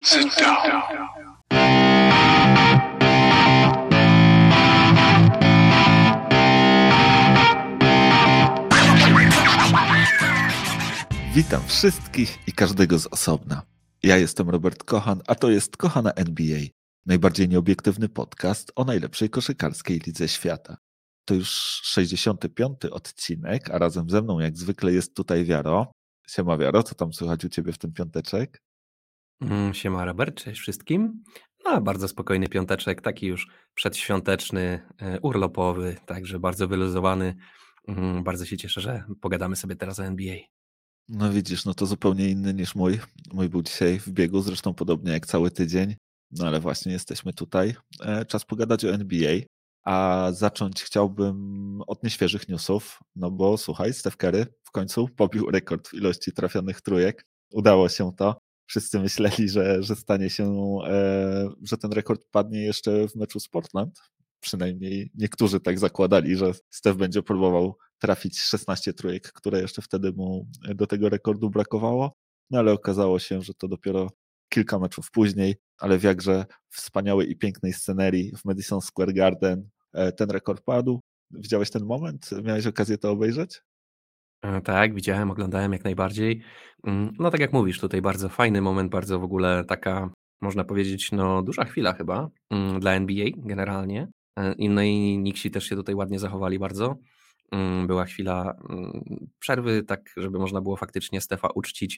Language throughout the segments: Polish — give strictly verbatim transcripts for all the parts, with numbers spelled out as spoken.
Sit down. Witam wszystkich i każdego z osobna. Ja jestem Robert Kochan, a to jest Kochana N B A, najbardziej nieobiektywny podcast o najlepszej koszykarskiej lidze świata. To już sześćdziesiąty piąty odcinek, a razem ze mną jak zwykle jest tutaj Wiaro. Siema Wiaro, co tam słychać u ciebie w ten piąteczek? Siema Robert, cześć wszystkim. No, bardzo spokojny piąteczek, taki już przedświąteczny, urlopowy, także bardzo wyluzowany. Bardzo się cieszę, że pogadamy sobie teraz o N B A. No widzisz, no to zupełnie inny niż mój. Mój był dzisiaj w biegu, zresztą podobnie jak cały tydzień. No ale właśnie jesteśmy tutaj. Czas pogadać o N B A, a zacząć chciałbym od nieświeżych newsów, no bo słuchaj, Steph Curry w końcu pobił rekord w ilości trafionych trójek. Udało się to. Wszyscy myśleli, że, że stanie się, e, że ten rekord padnie jeszcze w meczu z Portland. Przynajmniej niektórzy tak zakładali, że Steph będzie próbował trafić szesnaście trójek, które jeszcze wtedy mu do tego rekordu brakowało. No ale okazało się, że to dopiero kilka meczów później, ale w jakże wspaniałej i pięknej scenerii w Madison Square Garden ten rekord padł. Widziałeś ten moment? Miałeś okazję to obejrzeć? Tak, widziałem, oglądałem jak najbardziej. No tak jak mówisz, tutaj bardzo fajny moment, bardzo w ogóle taka, można powiedzieć, no duża chwila chyba dla N B A generalnie. No i Knicksi też się tutaj ładnie zachowali bardzo. Była chwila przerwy, tak żeby można było faktycznie Stefa uczcić.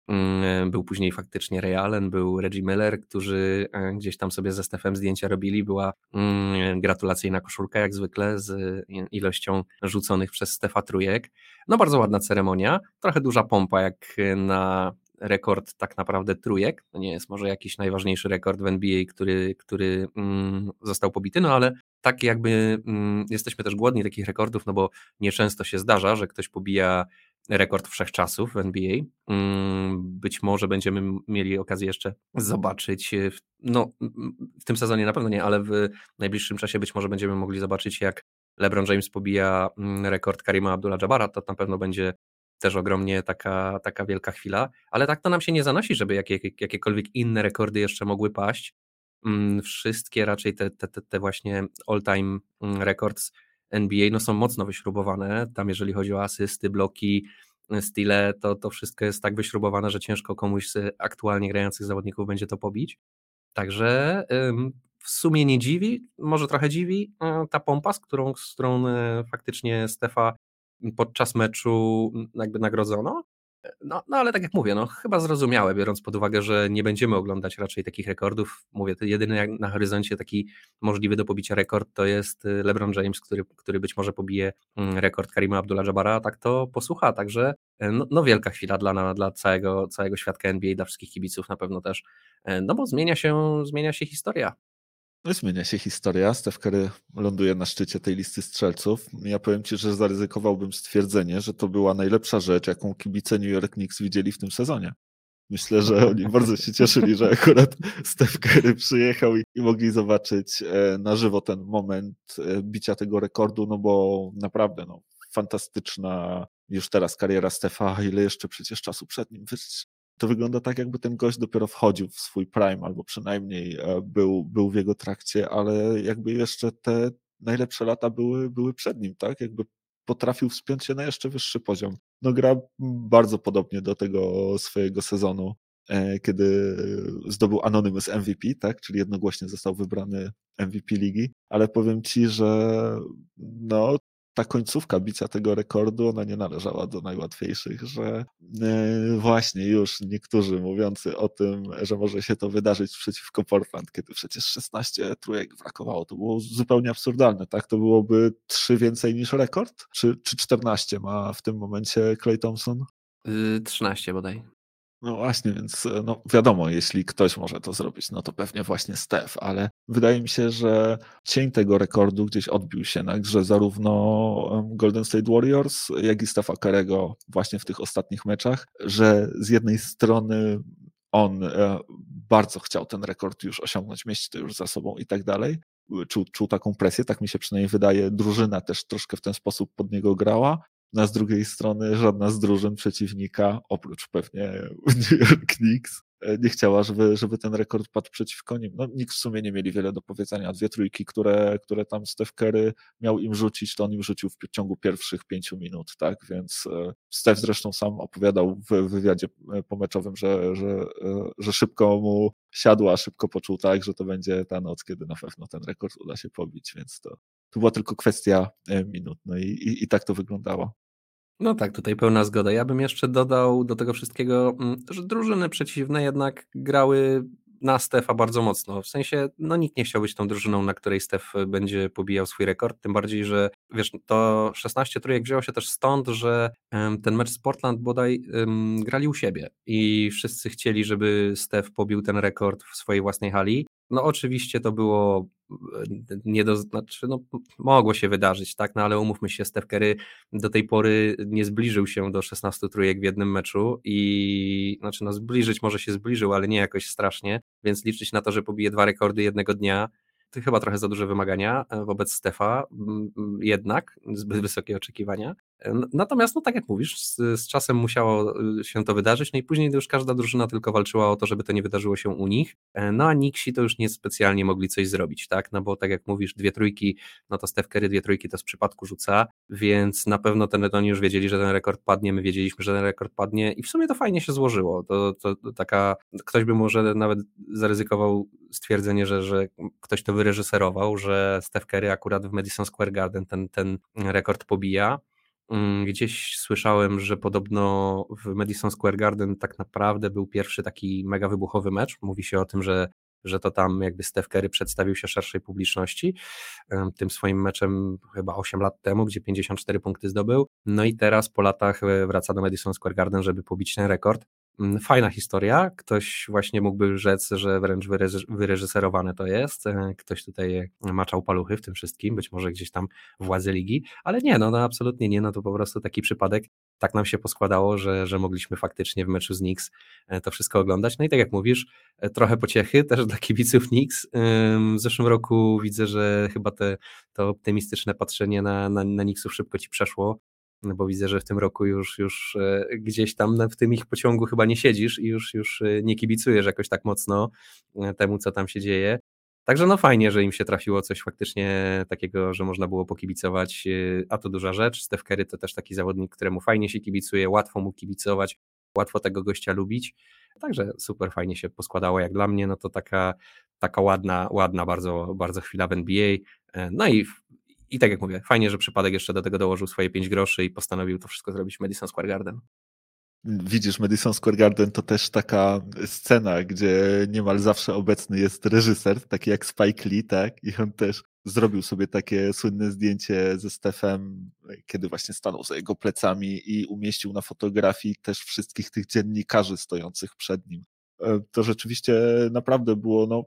Był później faktycznie Ray Allen, był Reggie Miller, którzy gdzieś tam sobie ze Stephem zdjęcia robili. Była gratulacyjna koszulka jak zwykle z ilością rzuconych przez Stefa trójek. No bardzo ładna ceremonia, trochę duża pompa jak na rekord tak naprawdę trójek. To nie jest może jakiś najważniejszy rekord w N B A, który, który mm, został pobity, no ale tak jakby mm, jesteśmy też głodni takich rekordów, no bo nieczęsto się zdarza, że ktoś pobija rekord wszechczasów w N B A. Być może będziemy mieli okazję jeszcze zobaczyć, w, no w tym sezonie na pewno nie, ale w najbliższym czasie być może będziemy mogli zobaczyć, jak LeBron James pobija rekord Karima Abdullah-Jabbara. To na pewno będzie też ogromnie taka, taka wielka chwila, ale tak to nam się nie zanosi, żeby jakie, jakiekolwiek inne rekordy jeszcze mogły paść. Wszystkie raczej te, te, te właśnie all-time records N B A no są mocno wyśrubowane. Tam jeżeli chodzi o asysty, bloki, style, to, to wszystko jest tak wyśrubowane, że ciężko komuś z aktualnie grających zawodników będzie to pobić. Także ym, w sumie nie dziwi, może trochę dziwi ta pompa, z którą, z którą faktycznie Stefa podczas meczu jakby nagrodzono. No, no ale tak jak mówię, no chyba zrozumiałe, biorąc pod uwagę, że nie będziemy oglądać raczej takich rekordów. Mówię, to jedyny na horyzoncie taki możliwy do pobicia rekord to jest LeBron James, który, który być może pobije rekord Karima Abdullah-Jabbara, a tak to posłucha, także no, no wielka chwila dla, dla całego, całego świadka N B A, dla wszystkich kibiców na pewno też, no bo zmienia się, zmienia się historia. No zmienia się historia. Steph Curry ląduje na szczycie tej listy strzelców. Ja powiem ci, że zaryzykowałbym stwierdzenie, że to była najlepsza rzecz, jaką kibice New York Knicks widzieli w tym sezonie. Myślę, że oni bardzo się cieszyli, że akurat Steph Curry przyjechał i, i mogli zobaczyć na żywo ten moment bicia tego rekordu, no bo naprawdę no, fantastyczna już teraz kariera Stefa, ile jeszcze przecież czasu przed nim. To wygląda tak, jakby ten gość dopiero wchodził w swój prime, albo przynajmniej był, był w jego trakcie, ale jakby jeszcze te najlepsze lata były, były przed nim, tak? Jakby potrafił wspiąć się na jeszcze wyższy poziom. No gra bardzo podobnie do tego swojego sezonu, kiedy zdobył Anonymous M V P, tak? Czyli jednogłośnie został wybrany M V P ligi, ale powiem ci, że no ta końcówka bicia tego rekordu, ona nie należała do najłatwiejszych, że właśnie już niektórzy mówiący o tym, że może się to wydarzyć przeciwko Portland, kiedy przecież szesnaście trójek brakowało, to było zupełnie absurdalne, tak? To byłoby trzy więcej niż rekord? Czy, czy czternaście ma w tym momencie Klay Thompson? Yy, trzynaście bodaj. No właśnie, więc no wiadomo, jeśli ktoś może to zrobić, no to pewnie właśnie Steph, ale wydaje mi się, że cień tego rekordu gdzieś odbił się na grze zarówno Golden State Warriors, jak i Stepha Curry'ego właśnie w tych ostatnich meczach, że z jednej strony on bardzo chciał ten rekord już osiągnąć, mieć to już za sobą i tak dalej, czuł, czuł taką presję, tak mi się przynajmniej wydaje, drużyna też troszkę w ten sposób pod niego grała, no a z drugiej strony żadna z drużyn przeciwnika, oprócz pewnie New York Knicks, nie chciała, żeby, żeby ten rekord padł przeciwko nim. No, nikt w sumie nie mieli wiele do powiedzenia. Dwie trójki, które, które tam Steph Curry miał im rzucić, to on im rzucił w ciągu pierwszych pięciu minut, tak, więc Steph zresztą sam opowiadał w wywiadzie pomeczowym, że, że, że szybko mu siadła, szybko poczuł tak, że to będzie ta noc, kiedy na pewno ten rekord uda się pobić, więc to, to była tylko kwestia minut, no i, i, i tak to wyglądało. No tak, tutaj pełna zgoda. Ja bym jeszcze dodał do tego wszystkiego, że drużyny przeciwne jednak grały na Stefa bardzo mocno. W sensie, no nikt nie chciał być tą drużyną, na której Stef będzie pobijał swój rekord, tym bardziej, że wiesz, to szesnaście trójek wzięło się też stąd, że ten mecz z Portland bodaj um, grali u siebie i wszyscy chcieli, żeby Stef pobił ten rekord w swojej własnej hali. No oczywiście to było nie do, znaczy no, mogło się wydarzyć, tak, no ale umówmy się, Steph Curry do tej pory nie zbliżył się do szesnastu trójek w jednym meczu i znaczy no zbliżyć może się zbliżył, ale nie jakoś strasznie, więc liczyć na to, że pobije dwa rekordy jednego dnia, to chyba trochę za duże wymagania wobec Stefa, jednak zbyt wysokie oczekiwania. Natomiast, no tak jak mówisz, z, z czasem musiało się to wydarzyć, no i później już każda drużyna tylko walczyła o to, żeby to nie wydarzyło się u nich, no a Knicksi to już nie specjalnie mogli coś zrobić, tak, no bo tak jak mówisz, dwie trójki, no to Steph Curry dwie trójki to z przypadku rzuca, więc na pewno ten, oni już wiedzieli, że ten rekord padnie, my wiedzieliśmy, że ten rekord padnie i w sumie to fajnie się złożyło, to, to, to taka, ktoś by może nawet zaryzykował stwierdzenie, że, że ktoś to wyreżyserował, że Steph Curry akurat w Madison Square Garden ten, ten rekord pobija. Gdzieś słyszałem, że podobno w Madison Square Garden tak naprawdę był pierwszy taki mega wybuchowy mecz. Mówi się o tym, że, że to tam jakby Steph Curry przedstawił się szerszej publiczności tym swoim meczem chyba osiem lat temu, gdzie pięćdziesiąt cztery punkty zdobył. No i teraz po latach wraca do Madison Square Garden, żeby pobić ten rekord. Fajna historia, ktoś właśnie mógłby rzec, że wręcz wyreżyserowane to jest, ktoś tutaj maczał paluchy w tym wszystkim, być może gdzieś tam władze ligi, ale nie, no, no absolutnie nie, no to po prostu taki przypadek, tak nam się poskładało, że, że mogliśmy faktycznie w meczu z Knicks to wszystko oglądać, no i tak jak mówisz, trochę pociechy też dla kibiców Knicks, w zeszłym roku widzę, że chyba te, to optymistyczne patrzenie na, na, na Knicksów szybko ci przeszło, no bo widzę, że w tym roku już, już gdzieś tam w tym ich pociągu chyba nie siedzisz i już, już nie kibicujesz jakoś tak mocno temu, co tam się dzieje. Także no fajnie, że im się trafiło coś faktycznie takiego, że można było pokibicować, a to duża rzecz. Steph Curry to też taki zawodnik, któremu fajnie się kibicuje, łatwo mu kibicować, łatwo tego gościa lubić. Także super fajnie się poskładało jak dla mnie, no to taka, taka ładna, ładna bardzo, bardzo chwila w N B A. No i I tak jak mówię, fajnie, że przypadek jeszcze do tego dołożył swoje pięć groszy i postanowił to wszystko zrobić w Madison Square Garden. Widzisz, Madison Square Garden to też taka scena, gdzie niemal zawsze obecny jest reżyser, taki jak Spike Lee, tak? I on też zrobił sobie takie słynne zdjęcie ze Stephem, kiedy właśnie stanął za jego plecami i umieścił na fotografii też wszystkich tych dziennikarzy stojących przed nim. To rzeczywiście naprawdę było no,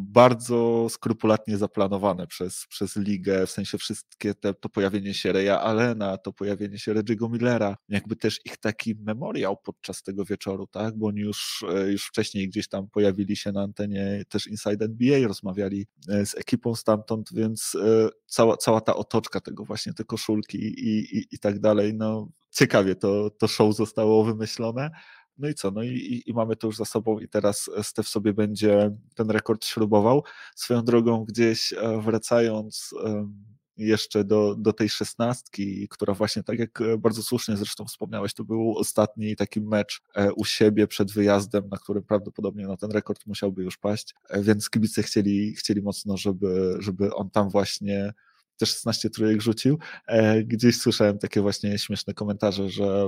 bardzo skrupulatnie zaplanowane przez, przez ligę, w sensie wszystkie te, to pojawienie się Raya Allena, to pojawienie się Reggie'ego Millera, jakby też ich taki memoriał podczas tego wieczoru, tak, bo oni już, już wcześniej gdzieś tam pojawili się na antenie też Inside N B A, rozmawiali z ekipą stamtąd, więc cała, cała ta otoczka tego właśnie, te koszulki i, i, i tak dalej, no ciekawie to, to show zostało wymyślone. No i co? No i, i mamy to już za sobą i teraz Steph sobie będzie ten rekord śrubował. Swoją drogą gdzieś wracając jeszcze do, do tej szesnastki, która właśnie tak jak bardzo słusznie zresztą wspomniałeś, to był ostatni taki mecz u siebie przed wyjazdem, na którym prawdopodobnie no, ten rekord musiałby już paść, więc kibice chcieli, chcieli mocno, żeby, żeby on tam właśnie te szesnaście trójek rzucił. Gdzieś słyszałem takie właśnie śmieszne komentarze, że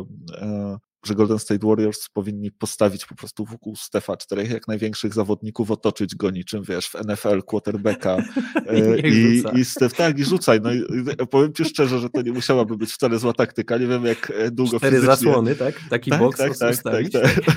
że Golden State Warriors powinni postawić po prostu wokół Stefa czterech jak największych zawodników, otoczyć go niczym, wiesz, w N F L quarterbacka I, i, i Steph, tak, i rzucaj. No i powiem ci szczerze, że to nie musiałaby być wcale zła taktyka, nie wiem jak długo Cztery fizycznie... zasłony, tak? Taki tak, boks tak, tak, ustawić. tak, tak.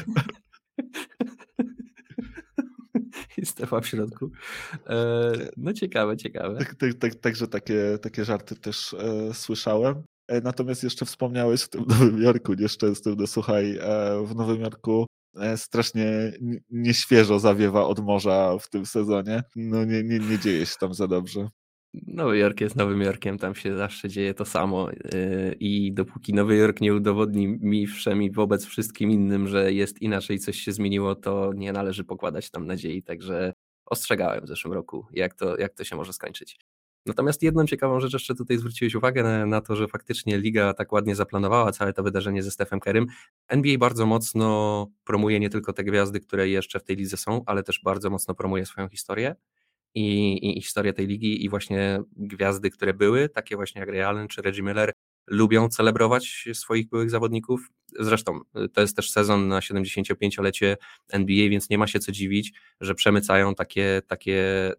I Stefa w środku. E, no ciekawe, ciekawe. Tak, tak, tak, także takie, takie żarty też e, słyszałem. E, natomiast jeszcze wspomniałeś w tym Nowym Jorku nieszczęsnym, no słuchaj, e, w Nowym Jorku e, strasznie nieświeżo zawiewa od morza w tym sezonie. No nie, nie, nie dzieje się tam za dobrze. Nowy Jork jest Nowym Jorkiem, tam się zawsze dzieje to samo yy, i dopóki Nowy Jork nie udowodni mi wszem i wobec wszystkim innym, że jest inaczej, coś się zmieniło, to nie należy pokładać tam nadziei, także ostrzegałem w zeszłym roku, jak to, jak to się może skończyć. Natomiast jedną ciekawą rzecz jeszcze tutaj zwróciłeś uwagę na, na to, że faktycznie liga tak ładnie zaplanowała całe to wydarzenie ze Stephem Currym. N B A bardzo mocno promuje nie tylko te gwiazdy, które jeszcze w tej lidze są, ale też bardzo mocno promuje swoją historię i, i, i historię tej ligi i właśnie gwiazdy, które były, takie właśnie jak Ray Allen czy Reggie Miller, lubią celebrować swoich byłych zawodników. Zresztą y, to jest też sezon na siedemdziesięciopięciolecie N B A, więc nie ma się co dziwić, że przemycają takie, takie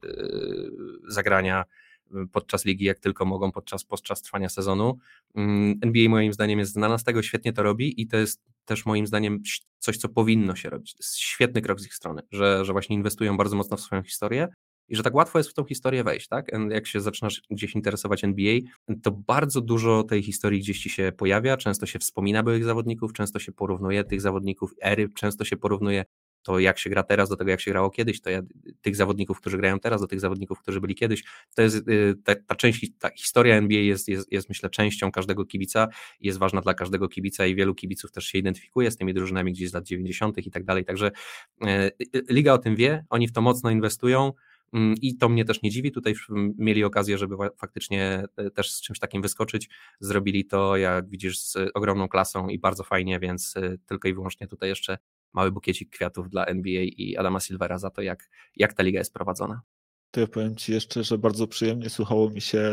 yy, zagrania podczas ligi, jak tylko mogą podczas, podczas trwania sezonu. N B A moim zdaniem jest znana z tego, świetnie to robi i to jest też moim zdaniem coś, co powinno się robić. To jest świetny krok z ich strony, że, że właśnie inwestują bardzo mocno w swoją historię i że tak łatwo jest w tą historię wejść, tak? Jak się zaczynasz gdzieś interesować N B A, to bardzo dużo tej historii gdzieś ci się pojawia, często się wspomina byłych zawodników, często się porównuje tych zawodników ery, często się porównuje to, jak się gra teraz do tego, jak się grało kiedyś, to ja, tych zawodników, którzy grają teraz do tych zawodników, którzy byli kiedyś, to jest ta, ta część, ta historia N B A jest, jest, jest myślę częścią każdego kibica, jest ważna dla każdego kibica i wielu kibiców też się identyfikuje z tymi drużynami gdzieś z lat dziewięćdziesiątych i tak dalej, także e, liga o tym wie, oni w to mocno inwestują i to mnie też nie dziwi, tutaj mieli okazję, żeby faktycznie też z czymś takim wyskoczyć, zrobili to, jak widzisz, z ogromną klasą i bardzo fajnie, więc tylko i wyłącznie tutaj jeszcze mały bukiecik kwiatów dla N B A i Adama Silvera za to, jak, jak ta liga jest prowadzona. To ja powiem Ci jeszcze, że bardzo przyjemnie słuchało mi się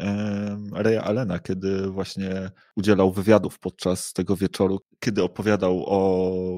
e, Raya Allena, kiedy właśnie udzielał wywiadów podczas tego wieczoru, kiedy opowiadał o,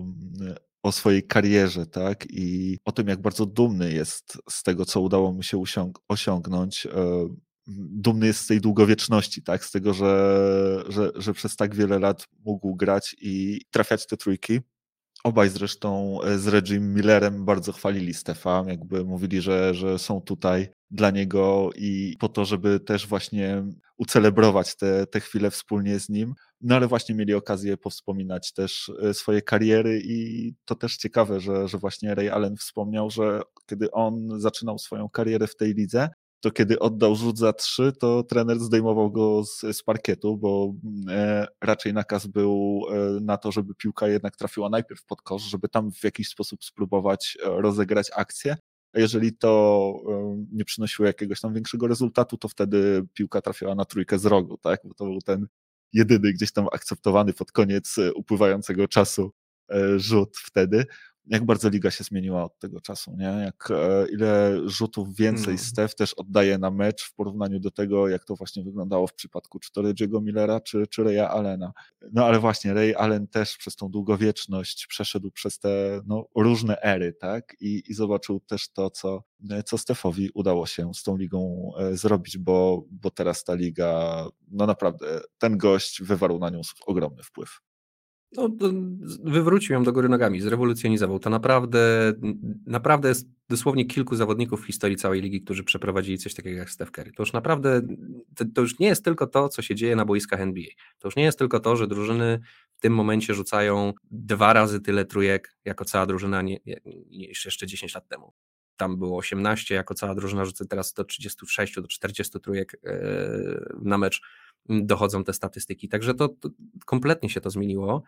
o swojej karierze, tak, i o tym, jak bardzo dumny jest z tego, co udało mu się usiąg- osiągnąć. E, dumny jest z tej długowieczności, tak, z tego, że, że, że przez tak wiele lat mógł grać i trafiać te trójki. Obaj zresztą z Reggie Millerem bardzo chwalili Stefa, jakby mówili, że, że są tutaj dla niego i po to, żeby też właśnie ucelebrować te, te chwile wspólnie z nim. No ale właśnie mieli okazję powspominać też swoje kariery i to też ciekawe, że, że właśnie Ray Allen wspomniał, że kiedy on zaczynał swoją karierę w tej lidze, to kiedy oddał rzut za trzy, to trener zdejmował go z, z parkietu, bo e, raczej nakaz był e, na to, żeby piłka jednak trafiła najpierw pod kosz, żeby tam w jakiś sposób spróbować e, rozegrać akcję. A jeżeli to e, nie przynosiło jakiegoś tam większego rezultatu, to wtedy piłka trafiała na trójkę z rogu, tak? Bo to był ten jedyny gdzieś tam akceptowany pod koniec upływającego czasu e, rzut wtedy. Jak bardzo liga się zmieniła od tego czasu, nie? Jak e, ile rzutów więcej Mm. Steph też oddaje na mecz w porównaniu do tego, jak to właśnie wyglądało w przypadku czy to Reggie'ego Millera, czy, czy Raya Allena. No ale właśnie Ray Allen też przez tą długowieczność przeszedł przez te no, różne ery, tak? I, i zobaczył też to, co, co Stephowi udało się z tą ligą e, zrobić, bo, bo teraz ta liga, no naprawdę, ten gość wywarł na nią ogromny wpływ. No, wywrócił ją do góry nogami, zrewolucjonizował. To naprawdę, naprawdę jest dosłownie kilku zawodników w historii całej ligi, którzy przeprowadzili coś takiego jak Steph Curry. To już naprawdę, to, to już nie jest tylko to, co się dzieje na boiskach N B A. To już nie jest tylko to, że drużyny w tym momencie rzucają dwa razy tyle trójek jako cała drużyna nie, niż jeszcze dziesięć lat temu. Tam było osiemnaście, jako cała drużyna rzuca teraz do trzydziestu sześciu, do czterdziestu trójek na mecz. Dochodzą te statystyki, także to, to kompletnie się to zmieniło.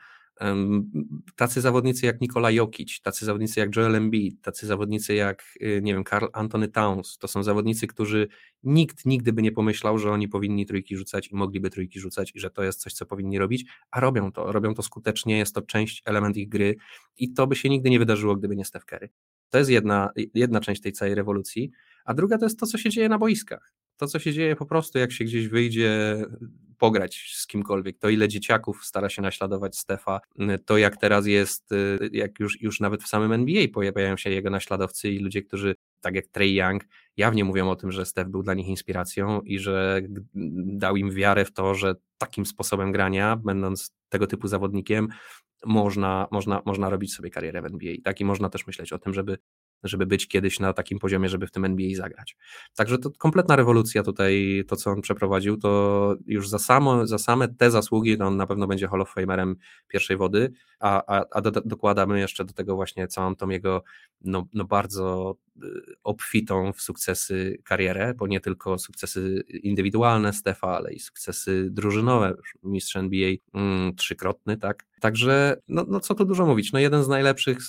Tacy zawodnicy jak Nikola Jokic, tacy zawodnicy jak Joel Embiid, tacy zawodnicy jak, nie wiem, Karl Anthony Towns, to są zawodnicy, którzy nikt nigdy by nie pomyślał, że oni powinni trójki rzucać i mogliby trójki rzucać i że to jest coś, co powinni robić, a robią to, robią to skutecznie, jest to część, element ich gry i to by się nigdy nie wydarzyło, gdyby nie Steph Curry. To jest jedna, jedna część tej całej rewolucji, a druga to jest to, co się dzieje na boiskach. To, co się dzieje po prostu, jak się gdzieś wyjdzie pograć z kimkolwiek, to ile dzieciaków stara się naśladować Stefa, to jak teraz jest, jak już, już nawet w samym N B A pojawiają się jego naśladowcy i ludzie, którzy tak jak Trae Young, jawnie mówią o tym, że Steph był dla nich inspiracją i że dał im wiarę w to, że takim sposobem grania, będąc tego typu zawodnikiem, można, można, można robić sobie karierę w N B A. Tak, i można też myśleć o tym, żeby żeby być kiedyś na takim poziomie, żeby w tym N B A zagrać. Także to kompletna rewolucja tutaj, to co on przeprowadził, to już za, samo, za same te zasługi to on na pewno będzie Hall of Famerem pierwszej wody, a, a, a do, dokładamy jeszcze do tego właśnie całą tą jego no, no bardzo obfitą w sukcesy karierę, bo nie tylko sukcesy indywidualne Stefa, ale i sukcesy drużynowe, mistrz N B A mm, trzykrotny, tak. Także, no, no co tu dużo mówić, no jeden z najlepszych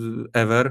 ever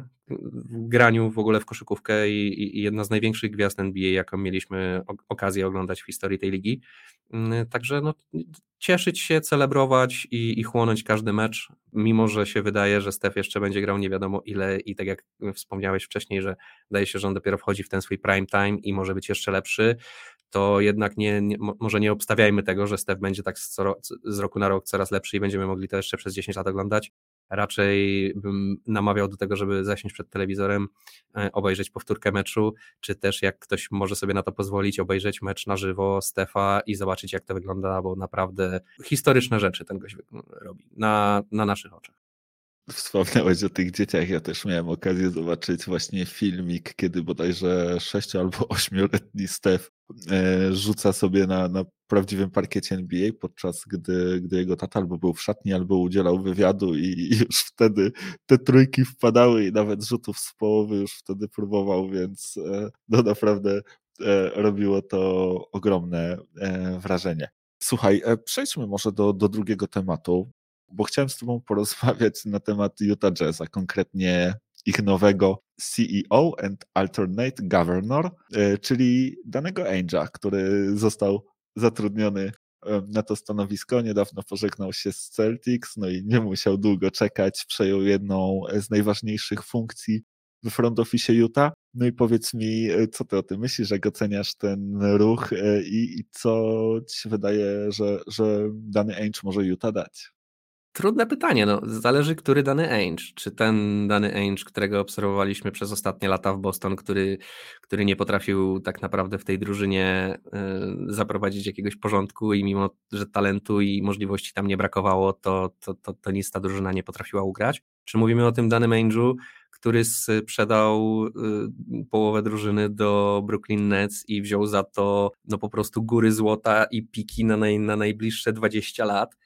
w graniu w ogóle w koszykówkę i, i jedna z największych gwiazd N B A, jaką mieliśmy okazję oglądać w historii tej ligi. Także no, cieszyć się, celebrować i, i chłonąć każdy mecz, mimo że się wydaje, że Steph jeszcze będzie grał nie wiadomo ile i tak jak wspomniałeś wcześniej, że wydaje się, że on dopiero wchodzi w ten swój prime time i może być jeszcze lepszy, to jednak nie, nie, może nie obstawiajmy tego, że Steph będzie tak z, z roku na rok coraz lepszy i będziemy mogli to jeszcze przez dziesięć lat oglądać. Raczej bym namawiał do tego, żeby zasiąść przed telewizorem, obejrzeć powtórkę meczu, czy też jak ktoś może sobie na to pozwolić, obejrzeć mecz na żywo Stefa i zobaczyć jak to wygląda, bo naprawdę historyczne rzeczy ten gość robi na, na naszych oczach. Wspomniałeś o tych dzieciach, ja też miałem okazję zobaczyć właśnie filmik, kiedy bodajże sześcio- albo ośmioletni Steph e, rzuca sobie na, na prawdziwym parkiecie N B A, podczas gdy, gdy jego tata albo był w szatni, albo udzielał wywiadu i, i już wtedy te trójki wpadały i nawet rzutów z połowy już wtedy próbował, więc e, no naprawdę e, robiło to ogromne e, wrażenie. Słuchaj, e, przejdźmy może do, do drugiego tematu, bo chciałem z tobą porozmawiać na temat Utah Jazz, a konkretnie ich nowego C E O and Alternate Governor, czyli Danego Ainge'a, który został zatrudniony na to stanowisko. Niedawno pożegnał się z Celtics, no i nie musiał długo czekać, przejął jedną z najważniejszych funkcji w front office Utah. No i powiedz mi, co ty o tym myślisz, jak oceniasz ten ruch i, i co ci się wydaje, że, że Danny Ainge może Utah dać? Trudne pytanie, no zależy który dany Ainge, czy ten dany Ainge, którego obserwowaliśmy przez ostatnie lata w Boston, który, który nie potrafił tak naprawdę w tej drużynie y, zaprowadzić jakiegoś porządku i mimo, że talentu i możliwości tam nie brakowało, to, to, to, to nic ta drużyna nie potrafiła ugrać. Czy mówimy o tym danym Ainge'u, który sprzedał y, połowę drużyny do Brooklyn Nets i wziął za to no po prostu góry złota i piki na, naj, na najbliższe dwadzieścia lat.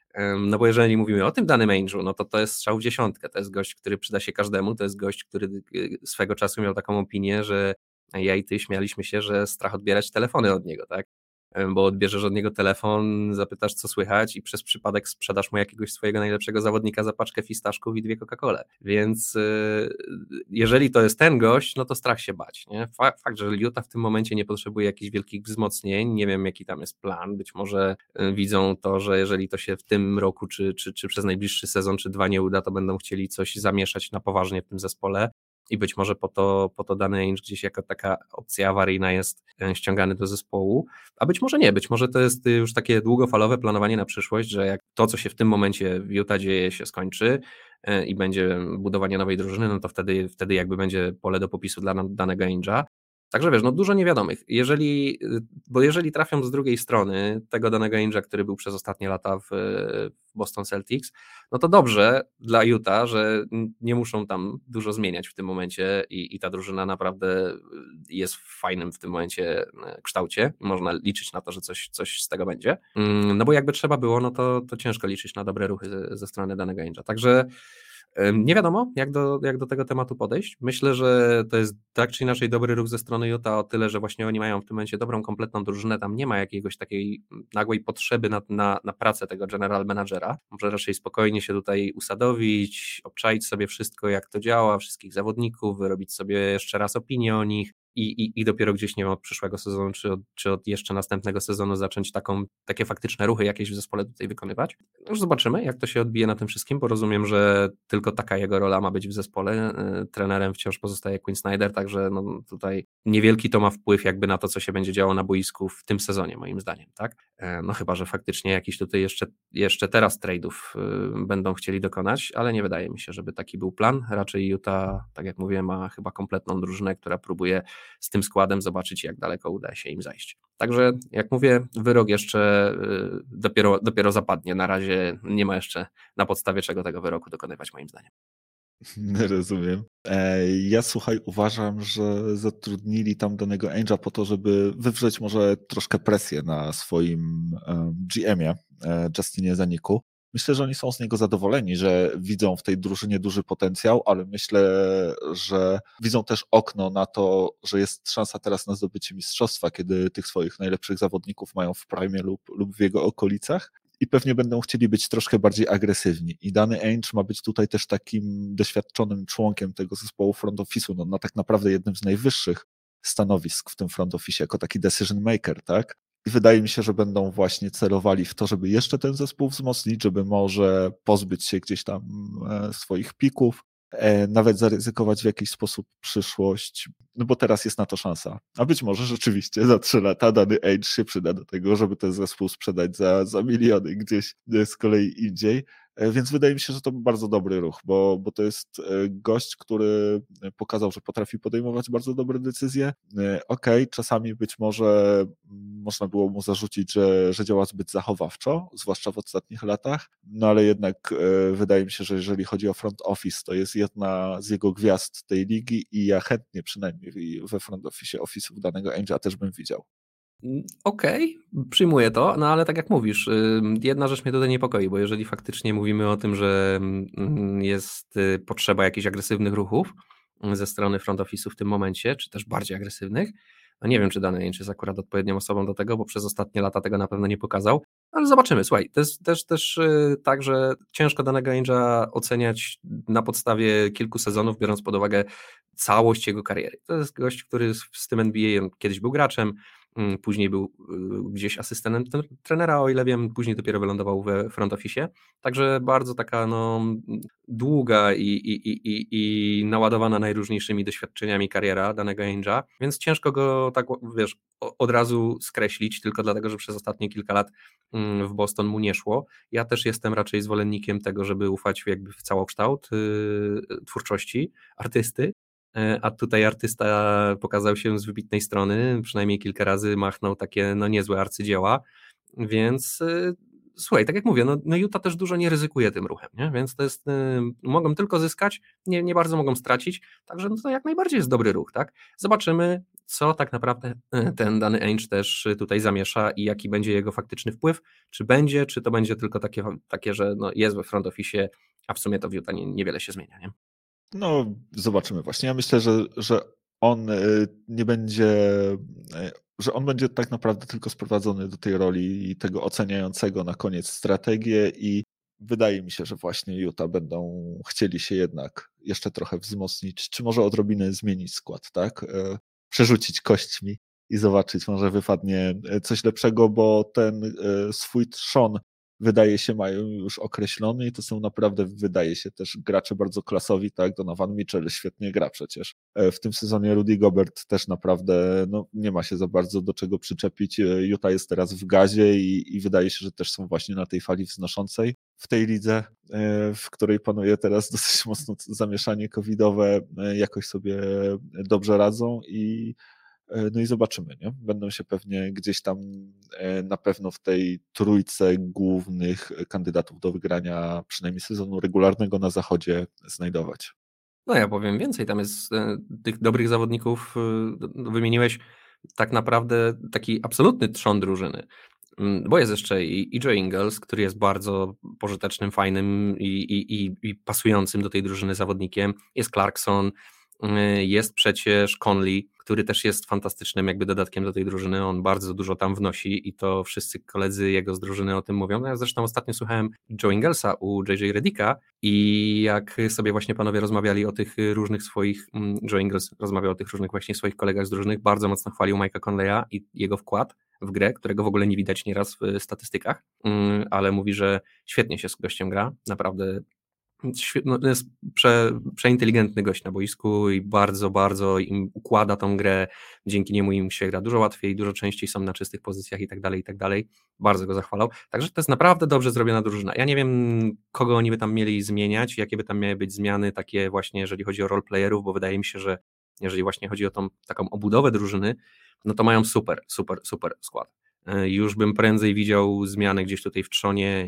No bo jeżeli mówimy o tym danym Ainge'u, no to to jest strzał w dziesiątkę, to jest gość, który przyda się każdemu, to jest gość, który swego czasu miał taką opinię, że ja i ty śmialiśmy się, że strach odbierać telefony od niego, tak? Bo odbierzesz od niego telefon, zapytasz co słychać i przez przypadek sprzedasz mu jakiegoś swojego najlepszego zawodnika za paczkę fistaszków i dwie Coca-Cole. Więc jeżeli to jest ten gość, no to strach się bać. Nie? Fakt, że Utah w tym momencie nie potrzebuje jakichś wielkich wzmocnień, nie wiem jaki tam jest plan, być może widzą to, że jeżeli to się w tym roku, czy, czy, czy przez najbliższy sezon, czy dwa nie uda, to będą chcieli coś zamieszać na poważnie w tym zespole. I być może po to, po to dany Ainge gdzieś jako taka opcja awaryjna jest ściągany do zespołu, a być może nie, być może to jest już takie długofalowe planowanie na przyszłość, że jak to, co się w tym momencie w Utah dzieje, się skończy i będzie budowanie nowej drużyny, no to wtedy, wtedy jakby będzie pole do popisu dla danego Ainge'a. Także wiesz, no dużo niewiadomych. Jeżeli, bo jeżeli trafią z drugiej strony tego danego Ainge'a, który był przez ostatnie lata w, w Boston Celtics, no to dobrze dla Utah, że nie muszą tam dużo zmieniać w tym momencie i, i ta drużyna naprawdę jest w fajnym w tym momencie kształcie. Można liczyć na to, że coś, coś z tego będzie. No bo jakby trzeba było, no to, to ciężko liczyć na dobre ruchy ze, ze strony danego Ainge'a. Także nie wiadomo, jak do, jak do tego tematu podejść. Myślę, że to jest tak czy inaczej dobry ruch ze strony Utah o tyle, że właśnie oni mają w tym momencie dobrą, kompletną drużynę. Tam nie ma jakiegoś takiej nagłej potrzeby na, na, na pracę tego general managera. Może raczej spokojnie się tutaj usadowić, obczaić sobie wszystko, jak to działa, wszystkich zawodników, wyrobić sobie jeszcze raz opinię o nich. I, i, i dopiero gdzieś, nie wiem, od przyszłego sezonu, czy od, czy od jeszcze następnego sezonu zacząć taką, takie faktyczne ruchy jakieś w zespole tutaj wykonywać. Już zobaczymy, jak to się odbije na tym wszystkim, bo rozumiem, że tylko taka jego rola ma być w zespole. Trenerem wciąż pozostaje Quinn Snyder, także no tutaj niewielki to ma wpływ jakby na to, co się będzie działo na boisku w tym sezonie, moim zdaniem, tak? No chyba, że faktycznie jakiś tutaj jeszcze, jeszcze teraz trade'ów będą chcieli dokonać, ale nie wydaje mi się, żeby taki był plan. Raczej Utah, tak jak mówiłem, ma chyba kompletną drużynę, która próbuje z tym składem zobaczyć, jak daleko uda się im zajść. Także, jak mówię, wyrok jeszcze dopiero, dopiero zapadnie. Na razie nie ma jeszcze na podstawie czego tego wyroku dokonywać, moim zdaniem. Rozumiem. Ja, słuchaj, uważam, że zatrudnili tam danego Ainge'a po to, żeby wywrzeć może troszkę presję na swoim G M-ie, Justinie Zaniku. Myślę, że oni są z niego zadowoleni, że widzą w tej drużynie duży potencjał, ale myślę, że widzą też okno na to, że jest szansa teraz na zdobycie mistrzostwa, kiedy tych swoich najlepszych zawodników mają w prime lub, lub w jego okolicach. I pewnie będą chcieli być troszkę bardziej agresywni. I Danny Ainge ma być tutaj też takim doświadczonym członkiem tego zespołu front office'u, no, na tak naprawdę jednym z najwyższych stanowisk w tym front office, jako taki decision maker, tak? I wydaje mi się, że będą właśnie celowali w to, żeby jeszcze ten zespół wzmocnić, żeby może pozbyć się gdzieś tam e, swoich pików, e, nawet zaryzykować w jakiś sposób przyszłość, no bo teraz jest na to szansa. A być może rzeczywiście za trzy lata dany Age się przyda do tego, żeby ten zespół sprzedać za, za miliony gdzieś e, z kolei indziej. E, Więc wydaje mi się, że to był bardzo dobry ruch, bo, bo to jest e, gość, który pokazał, że potrafi podejmować bardzo dobre decyzje. E, Okej, okay, czasami być może mm, można było mu zarzucić, że, że działa zbyt zachowawczo, zwłaszcza w ostatnich latach, no ale jednak e, wydaje mi się, że jeżeli chodzi o front office, to jest jedna z jego gwiazd tej ligi i ja chętnie przynajmniej we front office office'ów danego Ainge'a też bym widział. Okej, okay, przyjmuję to, no ale tak jak mówisz, jedna rzecz mnie tutaj niepokoi, bo jeżeli faktycznie mówimy o tym, że jest potrzeba jakichś agresywnych ruchów ze strony front office'u w tym momencie, czy też bardziej agresywnych, no nie wiem, czy dany Ainge jest akurat odpowiednią osobą do tego, bo przez ostatnie lata tego na pewno nie pokazał, ale zobaczymy. Słuchaj, to jest też, też tak, że ciężko danego Ainge'a oceniać na podstawie kilku sezonów, biorąc pod uwagę całość jego kariery. To jest gość, który z tym N B A kiedyś był graczem, później był gdzieś asystentem trenera, o ile wiem, później dopiero wylądował we front office, także bardzo taka no, długa i, i, i, i naładowana najróżniejszymi doświadczeniami kariera danego Ainge'a, więc ciężko go tak, wiesz, od razu skreślić, tylko dlatego, że przez ostatnie kilka lat w Boston mu nie szło. Ja też jestem raczej zwolennikiem tego, żeby ufać jakby w całokształt yy, twórczości artysty, a tutaj artysta pokazał się z wybitnej strony, przynajmniej kilka razy machnął takie no niezłe arcydzieła, więc yy, słuchaj, tak jak mówię, no, no Utah też dużo nie ryzykuje tym ruchem, nie? Więc to jest, yy, mogą tylko zyskać, nie, nie bardzo mogą stracić, także no to jak najbardziej jest dobry ruch, tak? Zobaczymy, co tak naprawdę ten dany Ainge też tutaj zamiesza i jaki będzie jego faktyczny wpływ, czy będzie, czy to będzie tylko takie, takie że no jest we front office, a w sumie to w Utah nie, niewiele się zmienia, nie? No, zobaczymy właśnie. Ja myślę, że, że on nie będzie, że on będzie tak naprawdę tylko sprowadzony do tej roli tego oceniającego na koniec strategię i wydaje mi się, że właśnie Utah będą chcieli się jednak jeszcze trochę wzmocnić, czy może odrobinę zmienić skład, tak? Przerzucić kośćmi i zobaczyć, może wypadnie coś lepszego, bo ten swój trzon wydaje się mają już określony i to są naprawdę, wydaje się, też gracze bardzo klasowi, tak, Donovan Mitchell świetnie gra przecież. W tym sezonie Rudy Gobert też naprawdę no, nie ma się za bardzo do czego przyczepić. Utah jest teraz w gazie i, i wydaje się, że też są właśnie na tej fali wznoszącej. W tej lidze, w której panuje teraz dosyć mocno zamieszanie covidowe, jakoś sobie dobrze radzą i no i zobaczymy, nie? Będą się pewnie gdzieś tam na pewno w tej trójce głównych kandydatów do wygrania przynajmniej sezonu regularnego na zachodzie znajdować. No ja powiem więcej, tam jest tych dobrych zawodników, wymieniłeś tak naprawdę taki absolutny trzon drużyny, bo jest jeszcze i Joe Ingles, który jest bardzo pożytecznym, fajnym i, i, i, i pasującym do tej drużyny zawodnikiem, jest Clarkson, jest przecież Conley, który też jest fantastycznym jakby dodatkiem do tej drużyny, on bardzo dużo tam wnosi i to wszyscy koledzy jego z drużyny o tym mówią. No ja zresztą ostatnio słuchałem Joe Inglesa u J J Redicka i jak sobie właśnie panowie rozmawiali o tych różnych swoich, Joe Ingles rozmawiał o tych różnych właśnie swoich kolegach z drużyny, bardzo mocno chwalił Mike'a Conleya i jego wkład w grę, którego w ogóle nie widać nieraz w statystykach, ale mówi, że świetnie się z gościem gra, naprawdę no, jest prze, przeinteligentny gość na boisku i bardzo, bardzo im układa tą grę, dzięki niemu im się gra dużo łatwiej, dużo częściej są na czystych pozycjach i tak dalej, i tak dalej. Bardzo go zachwalał. Także to jest naprawdę dobrze zrobiona drużyna. Ja nie wiem, kogo oni by tam mieli zmieniać, jakie by tam miały być zmiany takie właśnie, jeżeli chodzi o roleplayerów, bo wydaje mi się, że jeżeli właśnie chodzi o tą taką obudowę drużyny, no to mają super, super, super skład. Już bym prędzej widział zmiany gdzieś tutaj w trzonie.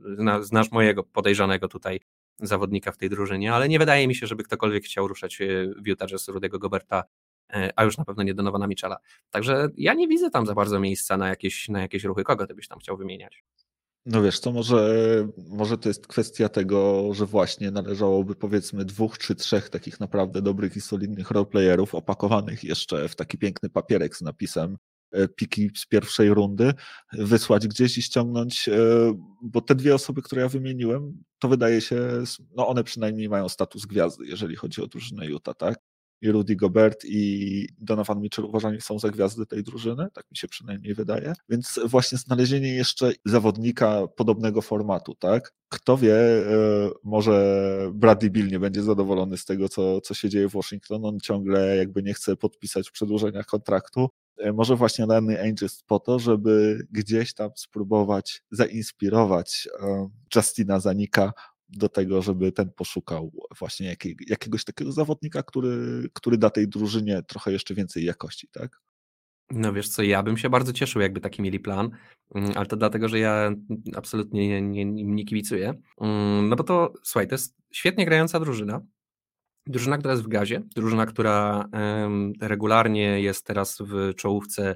Znasz mojego podejrzanego tutaj zawodnika w tej drużynie, ale nie wydaje mi się, żeby ktokolwiek chciał ruszać w Utah Jazz Rudego Goberta, a już na pewno nie Donovana Mitchella. Także ja nie widzę tam za bardzo miejsca na jakieś, na jakieś ruchy. Kogo ty byś tam chciał wymieniać? No wiesz, to może, może to jest kwestia tego, że właśnie należałoby powiedzmy dwóch czy trzech takich naprawdę dobrych i solidnych roleplayerów opakowanych jeszcze w taki piękny papierek z napisem e, piki z pierwszej rundy, wysłać gdzieś i ściągnąć, e, bo te dwie osoby, które ja wymieniłem, to wydaje się, no one przynajmniej mają status gwiazdy, jeżeli chodzi o drużynę Utah, tak? I Rudy Gobert i Donovan Mitchell uważani są za gwiazdy tej drużyny, tak mi się przynajmniej wydaje. Więc właśnie znalezienie jeszcze zawodnika podobnego formatu, tak? Kto wie, e, może Bradley Beal nie będzie zadowolony z tego, co, co się dzieje w Washington. On ciągle jakby nie chce podpisać przedłużenia kontraktu. E, Może właśnie Danny Ainge jest po to, żeby gdzieś tam spróbować zainspirować e, Justina Zanika do tego, żeby ten poszukał właśnie jakiej, jakiegoś takiego zawodnika, który, który da tej drużynie trochę jeszcze więcej jakości, tak? No wiesz co, ja bym się bardzo cieszył, jakby taki mieli plan, mm, ale to dlatego, że ja absolutnie nie, nie, nie nie kibicuję. Mm, No bo to, słuchaj, to jest świetnie grająca drużyna. Drużyna, która jest w gazie, drużyna, która em, regularnie jest teraz w czołówce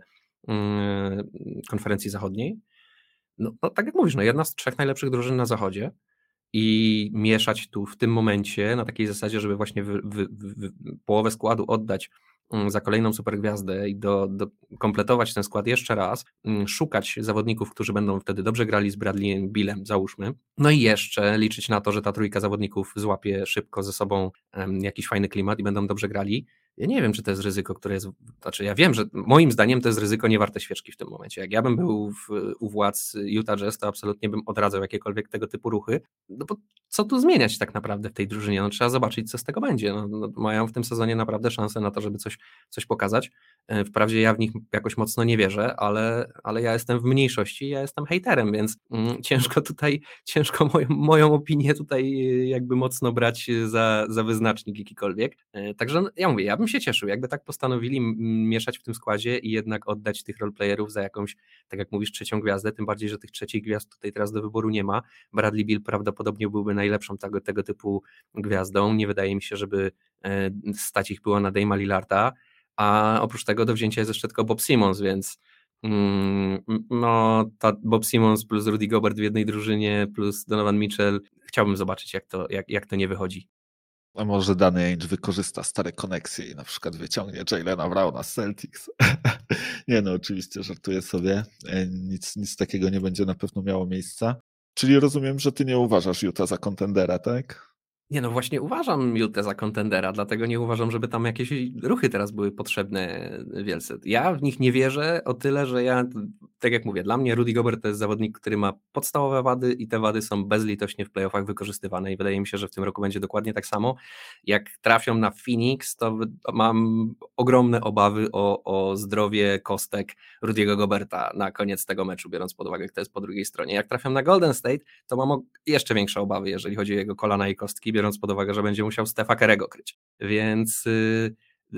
mm, konferencji zachodniej. No, no tak jak mówisz, no jedna z trzech najlepszych drużyn na zachodzie i mieszać tu w tym momencie na takiej zasadzie, żeby właśnie wy, wy, wy, połowę składu oddać mm, za kolejną supergwiazdę i do, do kompletować ten skład jeszcze raz, mm, szukać zawodników, którzy będą wtedy dobrze grali z Bradleyem Billem, załóżmy, no i jeszcze liczyć na to, że ta trójka zawodników złapie szybko ze sobą em, jakiś fajny klimat i będą dobrze grali. Ja nie wiem, czy to jest ryzyko, które jest, znaczy ja wiem, że moim zdaniem to jest ryzyko niewarte świeczki w tym momencie. Jak ja bym był w, u władz Utah Jazz, to absolutnie bym odradzał jakiekolwiek tego typu ruchy, no bo co tu zmieniać tak naprawdę w tej drużynie? No, trzeba zobaczyć, co z tego będzie. No, no, mają w tym sezonie naprawdę szansę na to, żeby coś, coś pokazać. E, Wprawdzie ja w nich jakoś mocno nie wierzę, ale, ale ja jestem w mniejszości, ja jestem hejterem, więc mm, ciężko tutaj, ciężko moją, moją opinię tutaj e, jakby mocno brać za, za wyznacznik jakikolwiek. E, Także no, ja mówię, ja bym się cieszył, jakby tak postanowili m- mieszać w tym składzie i jednak oddać tych roleplayerów za jakąś, tak jak mówisz, trzecią gwiazdę, tym bardziej, że tych trzecich gwiazd tutaj teraz do wyboru nie ma. Bradley Beal prawdopodobnie byłby najlepszą tego, tego typu gwiazdą. Nie wydaje mi się, żeby e, stać ich było na Dame'a Lillarda, a oprócz tego do wzięcia jest jeszcze tylko Bob Simmons, więc mm, no ta Bob Simmons plus Rudy Gobert w jednej drużynie plus Donovan Mitchell, chciałbym zobaczyć jak to, jak, jak to nie wychodzi. A może Danny Ainge wykorzysta stare koneksje i na przykład wyciągnie Jaylena Browna z Celtics. Nie no, oczywiście żartuję sobie. E, Nic, nic takiego nie będzie na pewno miało miejsca. Czyli rozumiem, że ty nie uważasz Utah za kontendera, tak? Nie no właśnie uważam Utah za kontendera, dlatego nie uważam, żeby tam jakieś ruchy teraz były potrzebne wielce. Ja w nich nie wierzę o tyle, że ja, tak jak mówię, dla mnie Rudy Gobert to jest zawodnik, który ma podstawowe wady i te wady są bezlitośnie w playoffach wykorzystywane i wydaje mi się, że w tym roku będzie dokładnie tak samo. Jak trafią na Phoenix, to mam ogromne obawy o, o zdrowie kostek Rudiego Goberta na koniec tego meczu, biorąc pod uwagę, kto jest po drugiej stronie. Jak trafią na Golden State, to mam jeszcze większe obawy, jeżeli chodzi o jego kolana i kostki, biorąc pod uwagę, że będzie musiał Stefa Kerego kryć. Więc yy,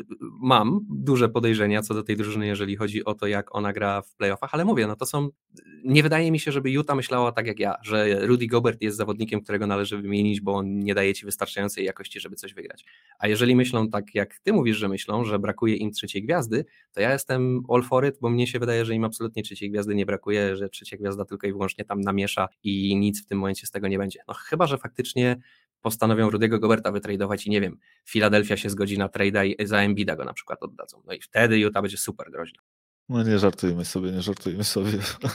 mam duże podejrzenia co do tej drużyny, jeżeli chodzi o to, jak ona gra w playoffach, ale mówię, no to są, nie wydaje mi się, żeby Utah myślała tak jak ja, że Rudy Gobert jest zawodnikiem, którego należy wymienić, bo on nie daje ci wystarczającej jakości, żeby coś wygrać. A jeżeli myślą tak, jak ty mówisz, że myślą, że brakuje im trzeciej gwiazdy, to ja jestem all for it, bo mnie się wydaje, że im absolutnie trzeciej gwiazdy nie brakuje, że trzecia gwiazda tylko i wyłącznie tam namiesza i nic w tym momencie z tego nie będzie. No chyba, że faktycznie postanowią Rudy'ego Goberta wytradować i nie wiem, Filadelfia się zgodzi na trade'a i za Embida go na przykład oddadzą. No i wtedy Utah będzie super groźna. No nie żartujmy sobie, nie żartujmy sobie.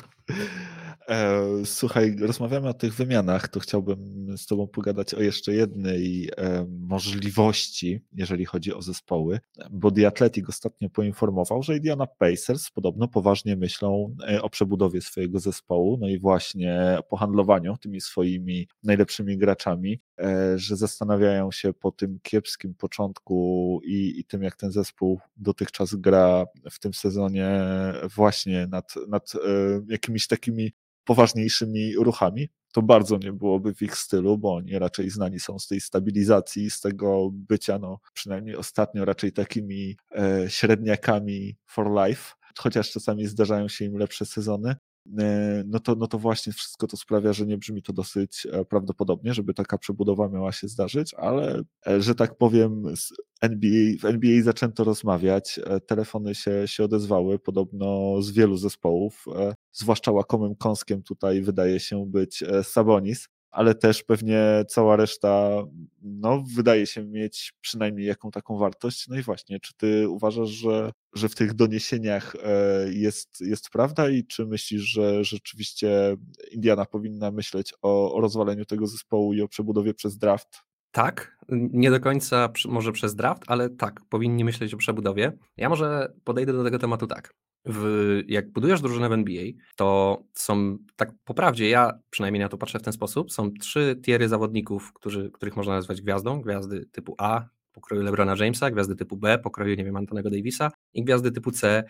E, Słuchaj, rozmawiamy o tych wymianach, to chciałbym z tobą pogadać o jeszcze jednej e, możliwości, jeżeli chodzi o zespoły, bo The Athletic ostatnio poinformował, że Indiana Pacers podobno poważnie myślą e, o przebudowie swojego zespołu, no i właśnie po handlowaniu tymi swoimi najlepszymi graczami, e, że zastanawiają się po tym kiepskim początku i, i tym, jak ten zespół dotychczas gra w tym sezonie właśnie nad, nad e, jakimiś takimi poważniejszymi ruchami. To bardzo nie byłoby w ich stylu, bo oni raczej znani są z tej stabilizacji, z tego bycia, no przynajmniej ostatnio raczej takimi e, średniakami for life, chociaż czasami zdarzają się im lepsze sezony. no to, no to właśnie wszystko to sprawia, że nie brzmi to dosyć prawdopodobnie, żeby taka przebudowa miała się zdarzyć, ale że tak powiem z N B A, w N B A zaczęto rozmawiać, telefony się, się odezwały, podobno z wielu zespołów, zwłaszcza łakomym kąskiem tutaj wydaje się być Sabonis, ale też pewnie cała reszta, no, wydaje się mieć przynajmniej jaką taką wartość. No i właśnie, czy ty uważasz, że, że w tych doniesieniach jest, jest prawda i czy myślisz, że rzeczywiście Indiana powinna myśleć o, o rozwaleniu tego zespołu i o przebudowie przez draft? Tak, nie do końca może przez draft, ale tak, powinni myśleć o przebudowie. Ja może podejdę do tego tematu tak. W, jak budujesz drużynę w N B A, to są, tak po prawdzie, ja przynajmniej na to patrzę w ten sposób, są trzy tiery zawodników, którzy, których można nazwać gwiazdą. Gwiazdy typu A, pokroju LeBrona Jamesa, gwiazdy typu B, pokroju, nie wiem, Antonego Davisa i gwiazdy typu C,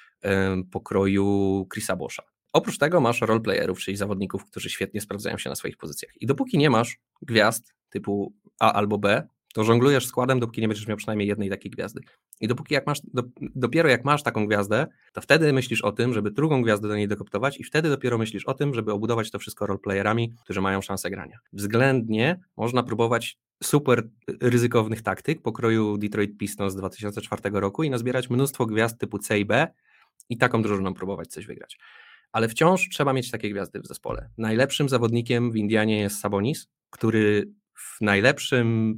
pokroju Chrisa Bosha. Oprócz tego masz roleplayerów, czyli zawodników, którzy świetnie sprawdzają się na swoich pozycjach. I dopóki nie masz gwiazd typu A albo B, to żonglujesz składem, dopóki nie będziesz miał przynajmniej jednej takiej gwiazdy. I dopóki jak masz, do, dopiero jak masz taką gwiazdę, to wtedy myślisz o tym, żeby drugą gwiazdę do niej dokoptować i wtedy dopiero myślisz o tym, żeby obudować to wszystko roleplayerami, którzy mają szansę grania. Względnie można próbować super ryzykownych taktyk pokroju Detroit Pistons z dwa tysiące czwartego roku i nazbierać mnóstwo gwiazd typu C i B i taką drużyną próbować coś wygrać. Ale wciąż trzeba mieć takie gwiazdy w zespole. Najlepszym zawodnikiem w Indianie jest Sabonis, który w najlepszym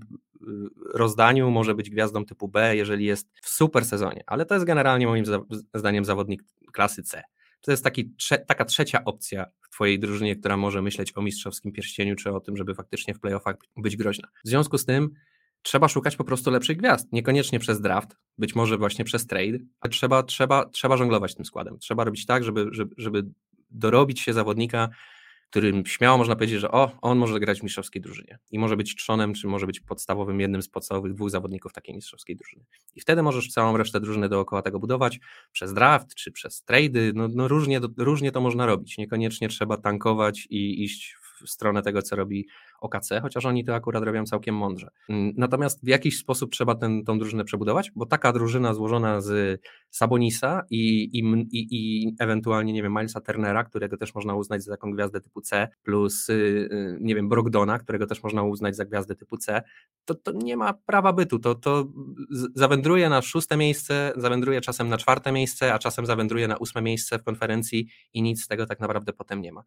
rozdaniu może być gwiazdą typu B, jeżeli jest w super sezonie, ale to jest generalnie moim zdaniem zawodnik klasy C. To jest taki, taka trzecia opcja w twojej drużynie, która może myśleć o mistrzowskim pierścieniu, czy o tym, żeby faktycznie w playoffach być groźna. W związku z tym trzeba szukać po prostu lepszych gwiazd, niekoniecznie przez draft, być może właśnie przez trade, ale trzeba, trzeba, trzeba żonglować tym składem. Trzeba robić tak, żeby, żeby, żeby dorobić się zawodnika, którym śmiało można powiedzieć, że o, on może grać w mistrzowskiej drużynie i może być trzonem, czy może być podstawowym, jednym z podstawowych dwóch zawodników takiej mistrzowskiej drużyny. I wtedy możesz całą resztę drużyny dookoła tego budować przez draft, czy przez trady, no, no różnie, różnie to można robić. Niekoniecznie trzeba tankować i iść w stronę tego, co robi O K C, chociaż oni to akurat robią całkiem mądrze. Natomiast w jakiś sposób trzeba ten, tą drużynę przebudować, bo taka drużyna złożona z Sabonisa i, i, i, i ewentualnie, nie wiem, Milesa Turnera, którego też można uznać za taką gwiazdę typu C, plus, nie wiem, Brogdona, którego też można uznać za gwiazdę typu C, to, to nie ma prawa bytu. To, to zawędruje na szóste miejsce, zawędruje czasem na czwarte miejsce, a czasem zawędruje na ósme miejsce w konferencji i nic z tego tak naprawdę potem nie ma.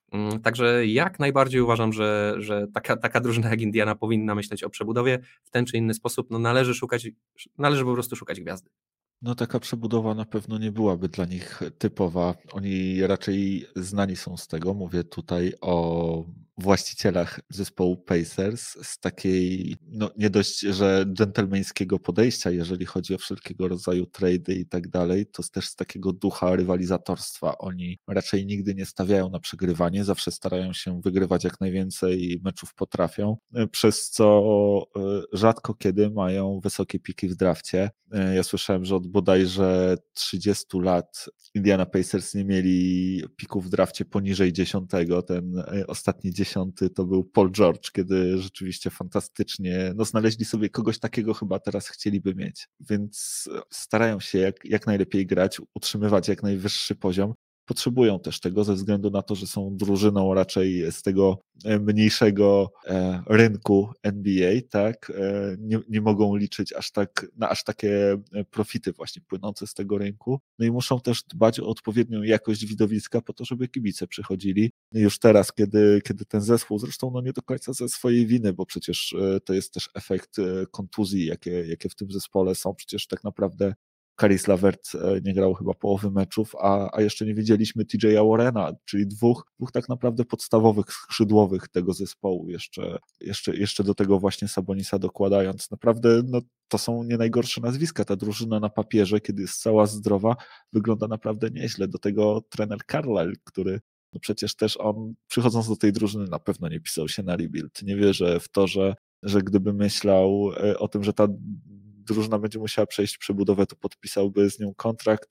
Także jak najbardziej uważam, że, że taka, taka drużyna jak Indiana powinna myśleć o przebudowie w ten czy inny sposób. No należy szukać, należy po prostu szukać gwiazdy. No taka przebudowa na pewno nie byłaby dla nich typowa. Oni raczej znani są z tego. Mówię tutaj o właścicielach zespołu Pacers z takiej, no nie dość, że dżentelmeńskiego podejścia, jeżeli chodzi o wszelkiego rodzaju trady i tak dalej, to też z takiego ducha rywalizatorstwa. Oni raczej nigdy nie stawiają na przegrywanie, zawsze starają się wygrywać jak najwięcej meczów potrafią, przez co rzadko kiedy mają wysokie piki w drafcie. Ja słyszałem, że od bodajże trzydziestu lat Indiana Pacers nie mieli pików w drafcie poniżej dziesiątego. Ten ostatni dziesiąty to był Paul George, kiedy rzeczywiście fantastycznie, no znaleźli sobie kogoś takiego, chyba teraz chcieliby mieć. Więc starają się jak, jak najlepiej grać, utrzymywać jak najwyższy poziom. Potrzebują też tego ze względu na to, że są drużyną raczej z tego mniejszego rynku N B A, tak? Nie, nie mogą liczyć aż tak, na aż takie profity właśnie płynące z tego rynku. No i muszą też dbać o odpowiednią jakość widowiska po to, żeby kibice przychodzili. Już teraz, kiedy, kiedy ten zespół, zresztą no nie do końca ze swojej winy, bo przecież to jest też efekt kontuzji, jakie, jakie w tym zespole są. Przecież tak naprawdę Caris LeVert nie grał chyba połowy meczów, a, a jeszcze nie widzieliśmy T J Warrena, czyli dwóch, dwóch tak naprawdę podstawowych skrzydłowych tego zespołu, jeszcze, jeszcze, jeszcze do tego właśnie Sabonisa dokładając. Naprawdę no, to są nie najgorsze nazwiska. Ta drużyna na papierze, kiedy jest cała zdrowa, wygląda naprawdę nieźle. Do tego trener Carlisle, który no przecież też on, przychodząc do tej drużyny, na pewno nie pisał się na rebuild. Nie wierzę w to, że, że gdyby myślał o tym, że ta drużyna będzie musiała przejść przebudowę, to podpisałby z nią kontrakt.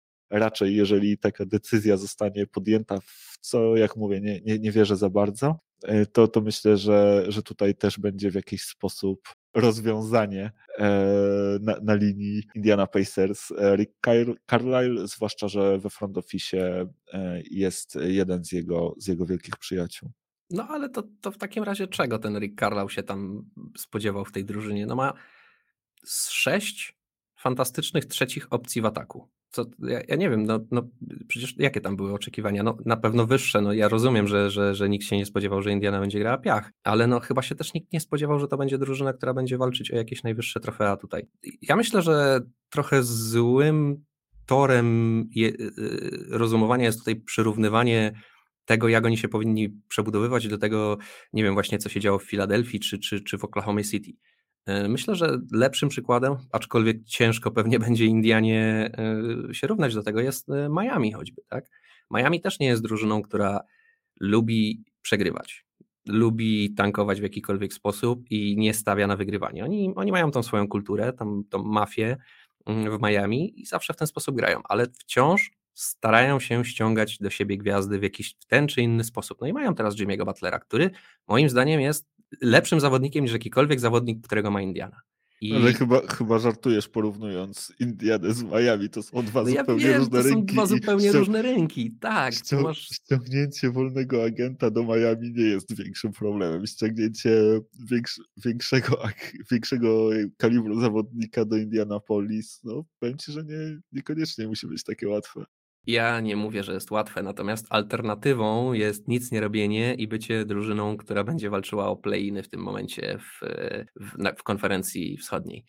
Raczej, jeżeli taka decyzja zostanie podjęta, w co, jak mówię, nie, nie, nie wierzę za bardzo. to, to myślę, że, że tutaj też będzie w jakiś sposób rozwiązanie na, na linii Indiana Pacers. Rick Carlisle, zwłaszcza, że we front office jest jeden z jego, z jego wielkich przyjaciół. No ale to, to w takim razie czego ten Rick Carlisle się tam spodziewał w tej drużynie? No ma z sześć fantastycznych trzecich opcji w ataku. Co, ja, ja nie wiem, no, no przecież jakie tam były oczekiwania? No na pewno wyższe, no ja rozumiem, że, że, że nikt się nie spodziewał, że Indiana będzie grała piach, ale no chyba się też nikt nie spodziewał, że to będzie drużyna, która będzie walczyć o jakieś najwyższe trofea tutaj. Ja myślę, że trochę złym torem je, rozumowania jest tutaj przyrównywanie tego, jak oni się powinni przebudowywać do tego, nie wiem, właśnie co się działo w Filadelfii czy, czy, czy w Oklahoma City. Myślę, że lepszym przykładem, aczkolwiek ciężko pewnie będzie Indianie się równać do tego, jest Miami choćby, tak? Miami też nie jest drużyną, która lubi przegrywać, lubi tankować w jakikolwiek sposób i nie stawia na wygrywanie. Oni, oni mają tą swoją kulturę, tą, tą mafię w Miami i zawsze w ten sposób grają, ale wciąż starają się ściągać do siebie gwiazdy w jakiś w ten czy inny sposób. No i mają teraz Jimmy'ego Butlera, który moim zdaniem jest lepszym zawodnikiem niż jakikolwiek zawodnik, którego ma Indiana. I... Ale chyba, chyba żartujesz, porównując Indianę z Miami, to są dwa no ja zupełnie wiem, różne to są rynki. dwa zupełnie ścią... różne rynki, tak. Ścią... Masz... Ściągnięcie wolnego agenta do Miami nie jest większym problemem. Ściągnięcie większ... większego, większego kalibru zawodnika do Indianapolis, no powiem ci, że nie, niekoniecznie musi być takie łatwe. Ja nie mówię, że jest łatwe, natomiast alternatywą jest nic nie robienie i bycie drużyną, która będzie walczyła o play-iny w tym momencie w, w, w konferencji wschodniej.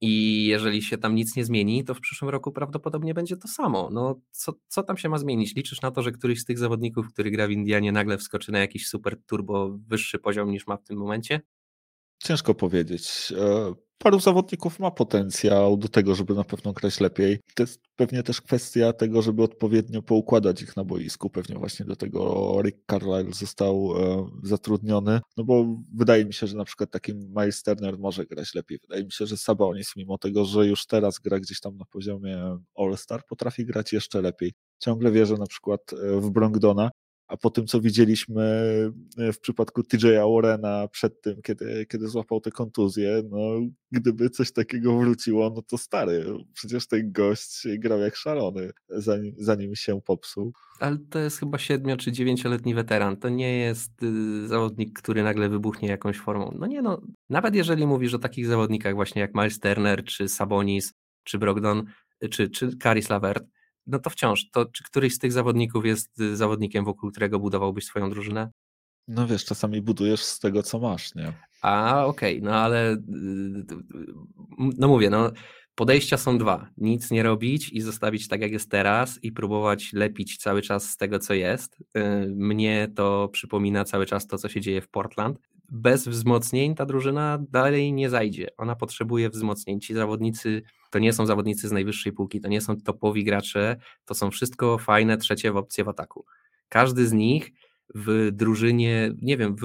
I jeżeli się tam nic nie zmieni, to w przyszłym roku prawdopodobnie będzie to samo. No, co, co tam się ma zmienić? Liczysz na to, że któryś z tych zawodników, który gra w Indianie, nagle wskoczy na jakiś super turbo wyższy poziom niż ma w tym momencie? Ciężko powiedzieć. Paru zawodników ma potencjał do tego, żeby na pewno grać lepiej. To jest pewnie też kwestia tego, żeby odpowiednio poukładać ich na boisku. Pewnie właśnie do tego Rick Carlisle został zatrudniony, no bo wydaje mi się, że na przykład taki Miles Turner może grać lepiej. Wydaje mi się, że Sabonis, mimo tego, że już teraz gra gdzieś tam na poziomie All-Star, potrafi grać jeszcze lepiej. Ciągle wierzę na przykład w Brogdona, a po tym, co widzieliśmy w przypadku T J Warrena przed tym, kiedy, kiedy złapał tę kontuzję, no gdyby coś takiego wróciło, no to stary, przecież ten gość grał jak szalony, zanim, zanim się popsuł. Ale to jest chyba siedmiu czy dziewięcioletni weteran, to nie jest y, zawodnik, który nagle wybuchnie jakąś formą. No nie no, nawet jeżeli mówisz o takich zawodnikach właśnie jak Miles Turner, czy Sabonis, czy Brogdon, czy, czy Caris LeVert, no to wciąż, to czy któryś z tych zawodników jest zawodnikiem, wokół którego budowałbyś swoją drużynę? No wiesz, czasami budujesz z tego, co masz, nie? A, okej, okay, no ale no mówię, no podejścia są dwa. Nic nie robić i zostawić tak, jak jest teraz i próbować lepić cały czas z tego, co jest. Mnie to przypomina cały czas to, co się dzieje w Portland. Bez wzmocnień ta drużyna dalej nie zajdzie. Ona potrzebuje wzmocnień. Ci zawodnicy to nie są zawodnicy z najwyższej półki, to nie są topowi gracze, to są wszystko fajne trzecie opcje w ataku. Każdy z nich w drużynie, nie wiem, w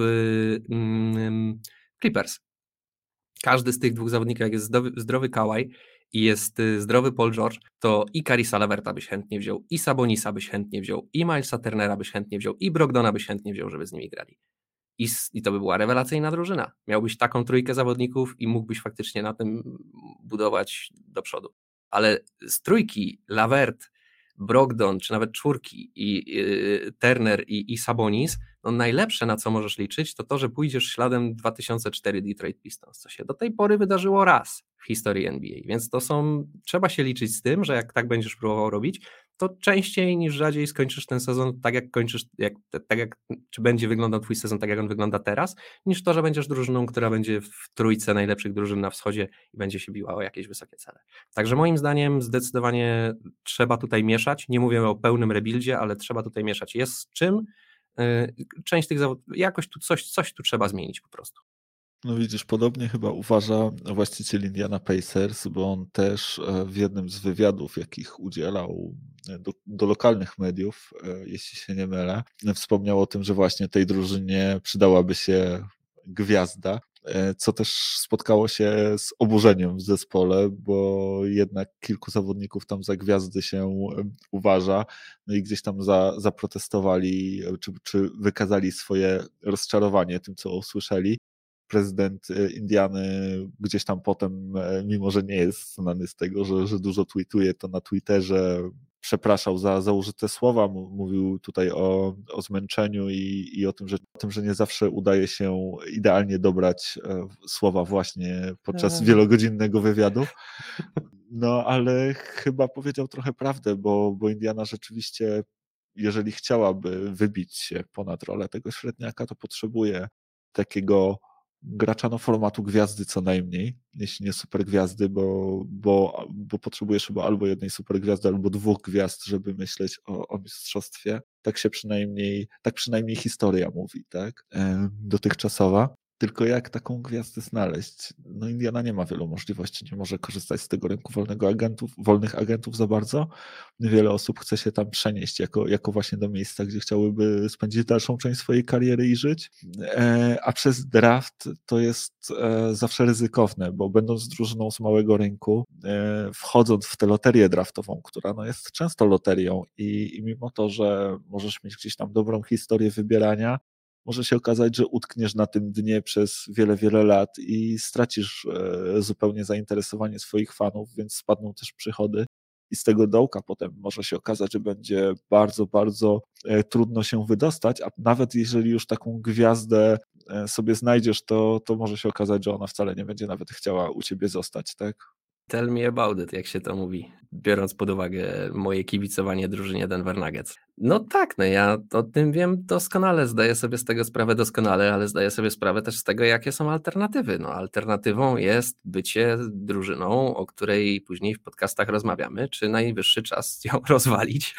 mm, Clippers. Każdy z tych dwóch zawodników, jak jest zdrowy, zdrowy Kawhi i jest zdrowy Paul George, to i Carisa LeVerta byś chętnie wziął, i Sabonisa byś chętnie wziął, i Milesa Turnera byś chętnie wziął, i Brogdona byś chętnie wziął, żeby z nimi grali. I, I to by była rewelacyjna drużyna. Miałbyś taką trójkę zawodników i mógłbyś faktycznie na tym budować do przodu. Ale z trójki LeVert, Brogdon, czy nawet czwórki i yy, Turner i, i Sabonis, no najlepsze, na co możesz liczyć, to to, że pójdziesz śladem dwa tysiące cztery Detroit Pistons, co się do tej pory wydarzyło raz w historii N B A, więc to są, trzeba się liczyć z tym, że jak tak będziesz próbował robić, to częściej niż rzadziej skończysz ten sezon tak jak kończysz, jak, tak jak, czy będzie wyglądał twój sezon tak jak on wygląda teraz, niż to, że będziesz drużyną, która będzie w trójce najlepszych drużyn na wschodzie i będzie się biła o jakieś wysokie cele. Także moim zdaniem zdecydowanie trzeba tutaj mieszać, nie mówię o pełnym rebuildzie, ale trzeba tutaj mieszać. Jest z czym, część tych zawodów, jakoś tu coś, coś tu trzeba zmienić po prostu. No widzisz, podobnie chyba uważa właściciel Indiana Pacers, bo on też w jednym z wywiadów, jakich udzielał do, do lokalnych mediów, jeśli się nie mylę, wspomniał o tym, że właśnie tej drużynie przydałaby się gwiazda. co też spotkało się z oburzeniem w zespole, bo jednak kilku zawodników tam za gwiazdy się uważa, no i gdzieś tam za, zaprotestowali, czy, czy wykazali swoje rozczarowanie tym, co usłyszeli. Prezydent Indiany gdzieś tam potem, mimo że nie jest znany z tego, że, że dużo tweetuje, to na Twitterze przepraszał za, za użyte słowa, mówił tutaj o, o zmęczeniu i, i o, tym, że, o tym, że nie zawsze udaje się idealnie dobrać słowa właśnie podczas wielogodzinnego wywiadu. No ale chyba powiedział trochę prawdę, bo, bo Indiana rzeczywiście, jeżeli chciałaby wybić się ponad rolę tego średniaka, to potrzebuje takiego gracza no formatu gwiazdy co najmniej, jeśli nie super gwiazdy, bo, bo, bo potrzebujesz chyba albo jednej super gwiazdy, albo dwóch gwiazd, żeby myśleć o, o mistrzostwie. Tak się przynajmniej, tak przynajmniej historia mówi, tak? E, dotychczasowa. Tylko jak taką gwiazdę znaleźć? No Indiana nie ma wielu możliwości, nie może korzystać z tego rynku wolnego agentów, wolnych agentów za bardzo. Wiele osób chce się tam przenieść jako, jako właśnie do miejsca, gdzie chciałyby spędzić dalszą część swojej kariery i żyć. E, a przez draft to jest e, zawsze ryzykowne, bo będąc drużyną z małego rynku, e, wchodząc w tę loterię draftową, która no, jest często loterią i, i mimo to, że możesz mieć gdzieś tam dobrą historię wybierania, może się okazać, że utkniesz na tym dnie przez wiele, wiele lat i stracisz zupełnie zainteresowanie swoich fanów, więc spadną też przychody i z tego dołka potem może się okazać, że będzie bardzo, bardzo trudno się wydostać, a nawet jeżeli już taką gwiazdę sobie znajdziesz, to, to może się okazać, że ona wcale nie będzie nawet chciała u ciebie zostać, tak? Tell me about it, jak się to mówi, biorąc pod uwagę moje kibicowanie drużynie Denver Nuggets. No tak, no ja o tym wiem doskonale, zdaję sobie z tego sprawę doskonale, ale zdaję sobie sprawę też z tego, jakie są alternatywy. No alternatywą jest bycie drużyną, o której później w podcastach rozmawiamy, czy najwyższy czas ją rozwalić,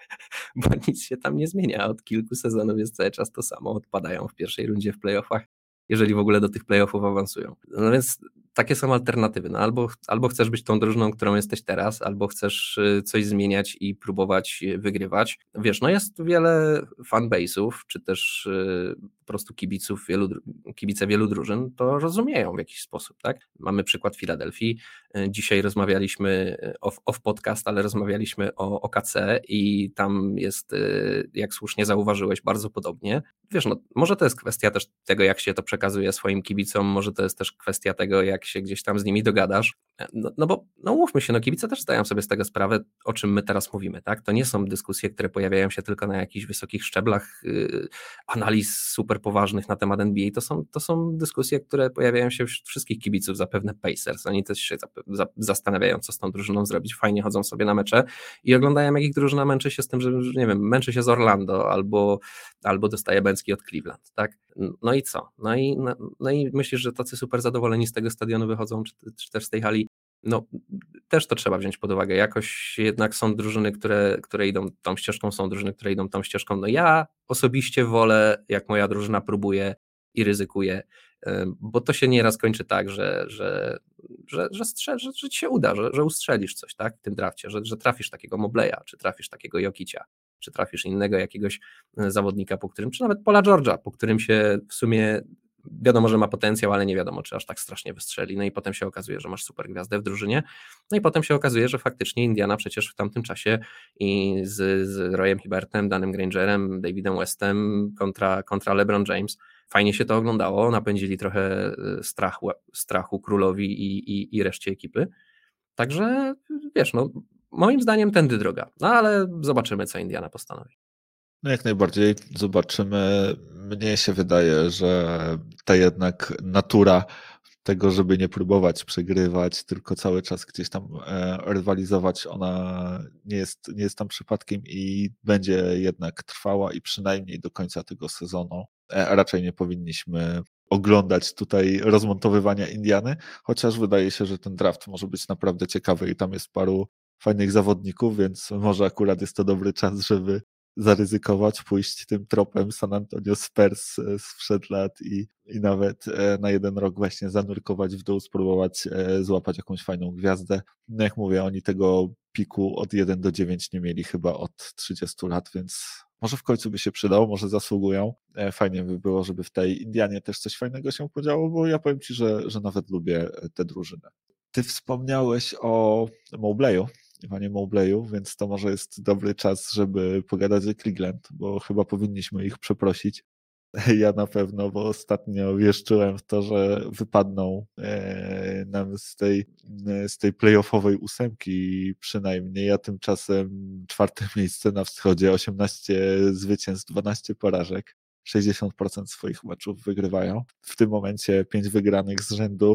bo nic się tam nie zmienia. Od kilku sezonów jest cały czas to samo, odpadają w pierwszej rundzie w playoffach, jeżeli w ogóle do tych playoffów awansują. No więc takie są alternatywy. No albo, albo chcesz być tą drużyną, którą jesteś teraz, albo chcesz coś zmieniać i próbować wygrywać. Wiesz, no jest wiele fanbase'ów, czy też po prostu kibiców, wielu, kibice wielu drużyn to rozumieją w jakiś sposób, tak? Mamy przykład Filadelfii. Dzisiaj rozmawialiśmy off, off podcast, ale rozmawialiśmy o O K C i tam jest, jak słusznie zauważyłeś, bardzo podobnie. Wiesz, no może to jest kwestia też tego, jak się to przekazuje swoim kibicom, może to jest też kwestia tego, jak się gdzieś tam z nimi dogadasz. No, no bo, no mówmy się, no kibice też zdają sobie z tego sprawę, o czym my teraz mówimy, tak? To nie są dyskusje, które pojawiają się tylko na jakichś wysokich szczeblach yy, analiz super poważnych na temat N B A, to są, to są dyskusje, które pojawiają się wśród wszystkich kibiców, zapewne Pacers, oni też się za, zastanawiają, co z tą drużyną zrobić, fajnie chodzą sobie na mecze i oglądają, jak ich drużyna męczy się z tym, że nie wiem, męczy się z Orlando albo, albo dostaje bęcki od Cleveland, tak? No i co? No i, no, no i myślisz, że tacy super zadowoleni z tego stadionu wychodzą, czy, czy też z tej hali? No też to trzeba wziąć pod uwagę. Jakoś jednak są drużyny, które, które idą tą ścieżką, są drużyny, które idą tą ścieżką. No ja osobiście wolę, jak moja drużyna próbuje i ryzykuje, bo to się nieraz kończy tak, że, że, że, że, strze, że, że ci się uda, że, że ustrzelisz coś, tak, w tym drafcie, że, że trafisz takiego Mobleya, czy trafisz takiego Jokicia, czy trafisz innego jakiegoś zawodnika, po którym, czy nawet Paula George'a, po którym się w sumie wiadomo, że ma potencjał, ale nie wiadomo, czy aż tak strasznie wystrzeli. No i potem się okazuje, że masz super gwiazdę w drużynie. No i potem się okazuje, że faktycznie Indiana przecież w tamtym czasie i z, z Royem Hibbertem, Danem Grangerem, Davidem Westem kontra, kontra LeBron James. Fajnie się to oglądało, napędzili trochę strachu, strachu królowi i, i, i reszcie ekipy. Także wiesz, no moim zdaniem tędy droga. No ale zobaczymy, co Indiana postanowi. No jak najbardziej zobaczymy. Mnie się wydaje, że ta jednak natura tego, żeby nie próbować przegrywać, tylko cały czas gdzieś tam rywalizować, ona nie jest, nie jest tam przypadkiem i będzie jednak trwała i przynajmniej do końca tego sezonu. Raczej nie powinniśmy oglądać tutaj rozmontowywania Indiany, chociaż wydaje się, że ten draft może być naprawdę ciekawy i tam jest paru fajnych zawodników, więc może akurat jest to dobry czas, żeby zaryzykować, pójść tym tropem San Antonio Spurs sprzed lat i, i nawet na jeden rok właśnie zanurkować w dół, spróbować złapać jakąś fajną gwiazdę. No jak mówię, oni tego piku od jeden do dziewięciu nie mieli chyba od trzydziestu lat, więc Może w końcu by się przydał, może zasługują. Fajnie by było, żeby w tej Indianie też coś fajnego się podziało, bo ja powiem Ci, że, że nawet lubię tę drużynę. Ty wspomniałeś o Mowblayu, Iwanie Mowblayu, więc to może jest dobry czas, żeby pogadać o Cleveland, bo chyba powinniśmy ich przeprosić. Ja na pewno, bo ostatnio wieszczyłem w to, że wypadną e, nam z tej, z tej playoffowej ósemki przynajmniej, a tymczasem czwarte miejsce na wschodzie, osiemnaście zwycięstw, dwanaście porażek, sześćdziesiąt procent swoich meczów wygrywają. W tym momencie pięć wygranych z rzędu.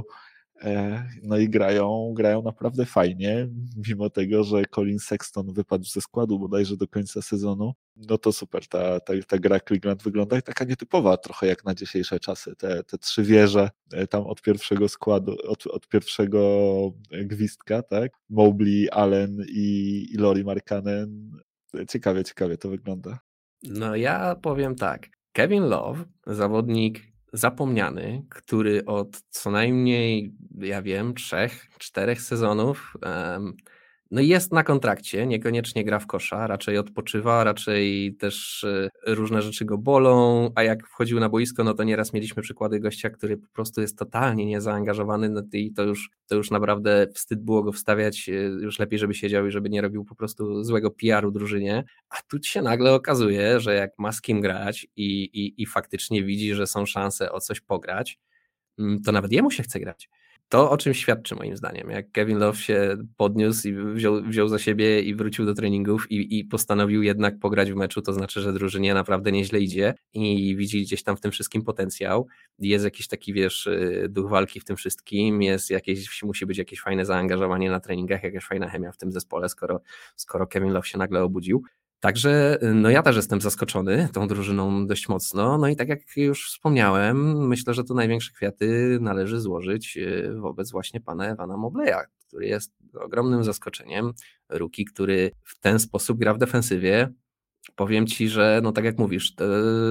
No i grają, grają naprawdę fajnie, mimo tego, że Colin Sexton wypadł ze składu bodajże do końca sezonu. No to super, ta, ta, ta gra Cleveland wygląda i taka nietypowa trochę jak na dzisiejsze czasy. Te, te trzy wieże tam od pierwszego składu, od, od pierwszego gwizdka, tak? Mobley, Allen i, i Lauri Markkanen. Ciekawie, ciekawie to wygląda. No ja powiem tak. Kevin Love, zawodnik zapomniany, który od co najmniej, ja wiem, trzech, czterech sezonów um, no jest na kontrakcie, niekoniecznie gra w kosza, raczej odpoczywa, raczej też różne rzeczy go bolą, a jak wchodził na boisko, no to nieraz mieliśmy przykłady gościa, który po prostu jest totalnie niezaangażowany, no i to już, to już naprawdę wstyd było go wstawiać, już lepiej, żeby siedział i żeby nie robił po prostu złego P R u drużynie, a tu się nagle okazuje, że jak ma z kim grać i, i, i faktycznie widzi, że są szanse o coś pograć, to nawet jemu się chce grać. To o czym świadczy moim zdaniem, jak Kevin Love się podniósł i wziął, wziął za siebie i wrócił do treningów i, i postanowił jednak pograć w meczu, to znaczy, że drużynie naprawdę nieźle idzie i widzi gdzieś tam w tym wszystkim potencjał. Jest jakiś taki, wiesz, duch walki w tym wszystkim, jest jakieś, musi być jakieś fajne zaangażowanie na treningach, jakaś fajna chemia w tym zespole, skoro, skoro Kevin Love się nagle obudził. Także no ja też jestem zaskoczony tą drużyną dość mocno, no i tak jak już wspomniałem, myślę, że tu największe kwiaty należy złożyć wobec właśnie pana Evana Mobleya, który jest ogromnym zaskoczeniem, rookie, który w ten sposób gra w defensywie. Powiem Ci, że no tak jak mówisz, to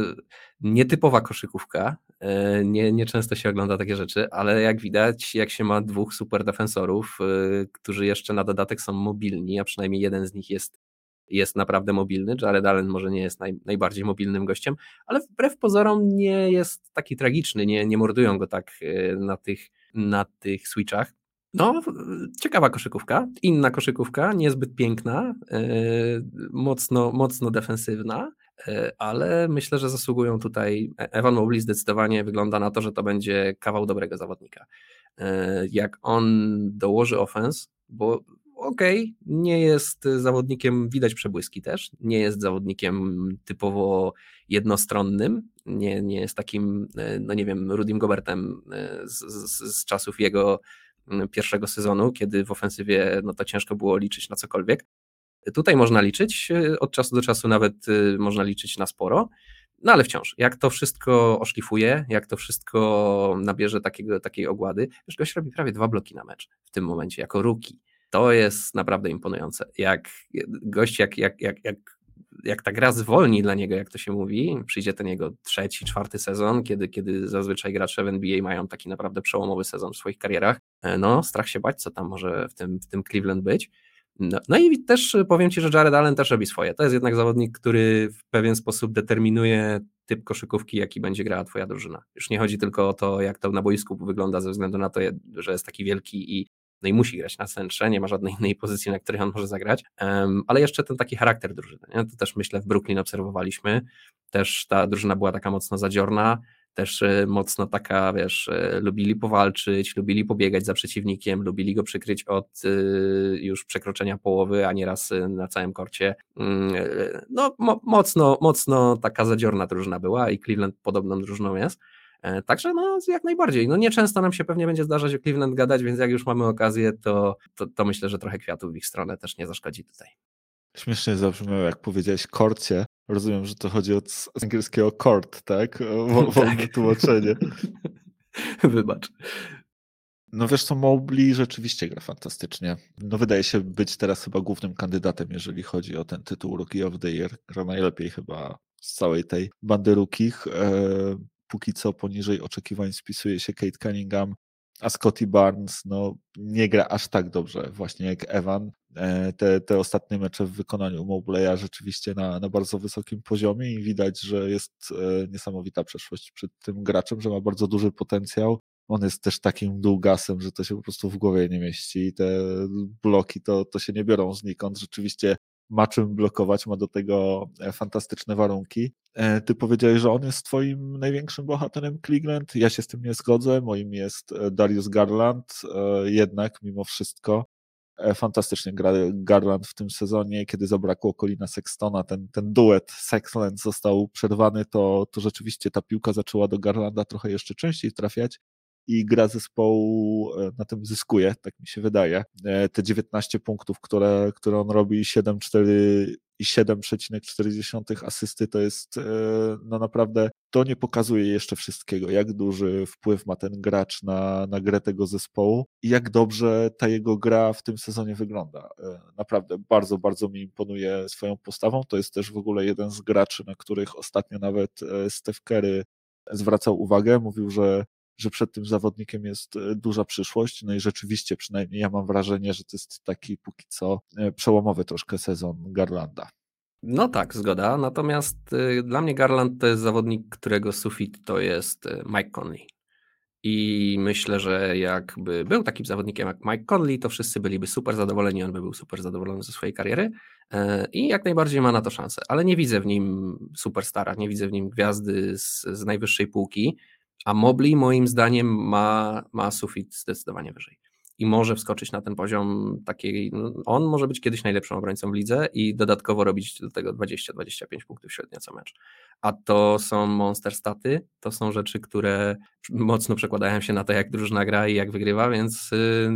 nietypowa koszykówka, nie, nie często się ogląda takie rzeczy, ale jak widać, jak się ma dwóch super defensorów, którzy jeszcze na dodatek są mobilni, a przynajmniej jeden z nich jest jest naprawdę mobilny. Jared Allen może nie jest naj, najbardziej mobilnym gościem, ale wbrew pozorom nie jest taki tragiczny, nie, nie mordują go tak na tych, na tych switchach. No, ciekawa koszykówka, inna koszykówka, niezbyt piękna, yy, mocno, mocno defensywna, yy, ale myślę, że zasługują tutaj. Evan Mobley zdecydowanie wygląda na to, że to będzie kawał dobrego zawodnika. Yy, jak on dołoży ofens, bo okej, okay, nie jest zawodnikiem, widać przebłyski też, nie jest zawodnikiem typowo jednostronnym, nie, nie jest takim, no nie wiem, Rudim Gobertem z, z, z czasów jego pierwszego sezonu, kiedy w ofensywie no to ciężko było liczyć na cokolwiek. Tutaj można liczyć, od czasu do czasu nawet można liczyć na sporo, no ale wciąż, jak to wszystko oszlifuje, jak to wszystko nabierze takiego, takiej ogłady, wiesz, gość robi prawie dwa bloki na mecz w tym momencie, jako rookie. To jest naprawdę imponujące. Jak gość, jak, jak, jak, jak, jak ta gra zwolni dla niego, jak to się mówi, przyjdzie ten jego trzeci, czwarty sezon, kiedy, kiedy zazwyczaj gracze w N B A mają taki naprawdę przełomowy sezon w swoich karierach, no strach się bać, co tam może w tym, w tym Cleveland być. No, no i też powiem Ci, że Jared Allen też robi swoje. To jest jednak zawodnik, który w pewien sposób determinuje typ koszykówki, jaki będzie grała Twoja drużyna. Już nie chodzi tylko o to, jak to na boisku wygląda ze względu na to, że jest taki wielki i no i musi grać na centrze, nie ma żadnej innej pozycji, na której on może zagrać, um, ale jeszcze ten taki charakter drużyny, nie? To też myślę w Brooklyn obserwowaliśmy, też ta drużyna była taka mocno zadziorna, też y, mocno taka, wiesz, y, lubili powalczyć, lubili pobiegać za przeciwnikiem, lubili go przykryć od y, już przekroczenia połowy, a nieraz y, na całym korcie. Y, no mo, mocno, mocno taka zadziorna drużyna była i Cleveland podobną drużyną jest. Także no jak najbardziej. No nieczęsto nam się pewnie będzie zdarzać o Cleveland gadać, więc jak już mamy okazję, to, to, to myślę, że trochę kwiatów w ich stronę też nie zaszkodzi tutaj. Śmiesznie zabrzmiało, jak powiedziałeś korcie. Rozumiem, że to chodzi od z angielskiego court, tak? Wolne tak. Tłumaczenie. Wybacz. No wiesz co, Mobley rzeczywiście gra fantastycznie. No wydaje się być teraz chyba głównym kandydatem, jeżeli chodzi o ten tytuł Rookie of the Year. Gra najlepiej chyba z całej tej bandy rookich. Póki co poniżej oczekiwań spisuje się Cade Cunningham. a Scotty Barnes no, nie gra aż tak dobrze właśnie jak Evan. Te, te ostatnie mecze w wykonaniu Mowbreya rzeczywiście na, na bardzo wysokim poziomie i widać, że jest niesamowita przeszłość przed tym graczem, że ma bardzo duży potencjał. On jest też takim długasem, że to się po prostu w głowie nie mieści i te bloki to, to się nie biorą znikąd. Rzeczywiście ma czym blokować, ma do tego fantastyczne warunki. Ty powiedziałeś, że on jest twoim największym bohaterem Cleveland. Ja się z tym nie zgodzę. Moim jest Darius Garland. Jednak mimo wszystko fantastycznie gra Garland w tym sezonie. Kiedy zabrakło Collina Sextona, ten, ten duet Sexland został przerwany, to, to rzeczywiście ta piłka zaczęła do Garlanda trochę jeszcze częściej trafiać i gra zespołu na tym zyskuje, tak mi się wydaje. Te dziewiętnaście punktów, które, które on robi, siedem cztery i siedem przecinek cztery asysty, to jest no naprawdę, to nie pokazuje jeszcze wszystkiego, jak duży wpływ ma ten gracz na, na grę tego zespołu i jak dobrze ta jego gra w tym sezonie wygląda. Naprawdę bardzo, bardzo mi imponuje swoją postawą. To jest też w ogóle jeden z graczy, na których ostatnio nawet Steph Curry zwracał uwagę, mówił, że że przed tym zawodnikiem jest duża przyszłość, no i rzeczywiście przynajmniej ja mam wrażenie, że to jest taki póki co przełomowy troszkę sezon Garlanda. No tak, zgoda, natomiast y, dla mnie Garland to jest zawodnik, którego sufit to jest Mike Conley. I myślę, że jakby był takim zawodnikiem jak Mike Conley, to wszyscy byliby super zadowoleni, on by był super zadowolony ze swojej kariery i jak najbardziej ma na to szansę, ale nie widzę w nim superstara, nie widzę w nim gwiazdy z, z najwyższej półki, a Mobley moim zdaniem ma, ma sufit zdecydowanie wyżej i może wskoczyć na ten poziom takiej, no on może być kiedyś najlepszym obrońcą w lidze i dodatkowo robić do tego dwadzieścia do dwudziestu pięciu punktów średnio co mecz. A to są monster staty, to są rzeczy, które mocno przekładają się na to, jak drużyna gra i jak wygrywa, więc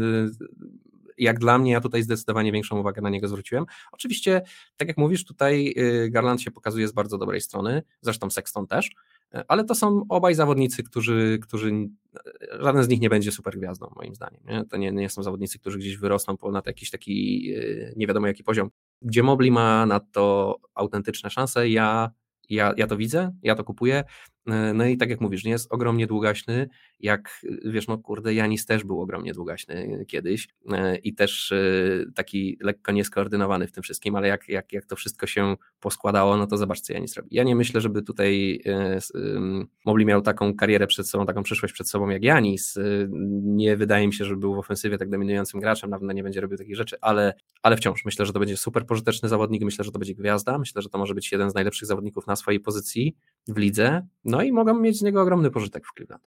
jak dla mnie, ja tutaj zdecydowanie większą uwagę na niego zwróciłem. Oczywiście, tak jak mówisz, tutaj Garland się pokazuje z bardzo dobrej strony, zresztą Sexton też, ale to są obaj zawodnicy, którzy, którzy żaden z nich nie będzie super gwiazdą, moim zdaniem. Nie? To nie, nie są zawodnicy, którzy gdzieś wyrosną ponad jakiś taki nie wiadomo jaki poziom, gdzie Mobley ma na to autentyczne szanse. Ja Ja, ja to widzę, ja to kupuję, no i tak jak mówisz, nie jest ogromnie długaśny, jak wiesz, no kurde, Janis też był ogromnie długaśny kiedyś i też taki lekko nieskoordynowany w tym wszystkim, ale jak, jak, jak to wszystko się poskładało, no to zobacz, co Janis robi. Ja nie myślę, żeby tutaj Mobley miał taką karierę przed sobą, taką przyszłość przed sobą jak Janis. Nie wydaje mi się, że był w ofensywie tak dominującym graczem, na pewno nie będzie robił takich rzeczy, ale, ale wciąż myślę, że to będzie super pożyteczny zawodnik, myślę, że to będzie gwiazda, myślę, że to może być jeden z najlepszych zawodników na swojej pozycji w lidze, no i mogą mieć z niego ogromny pożytek w Cleveland.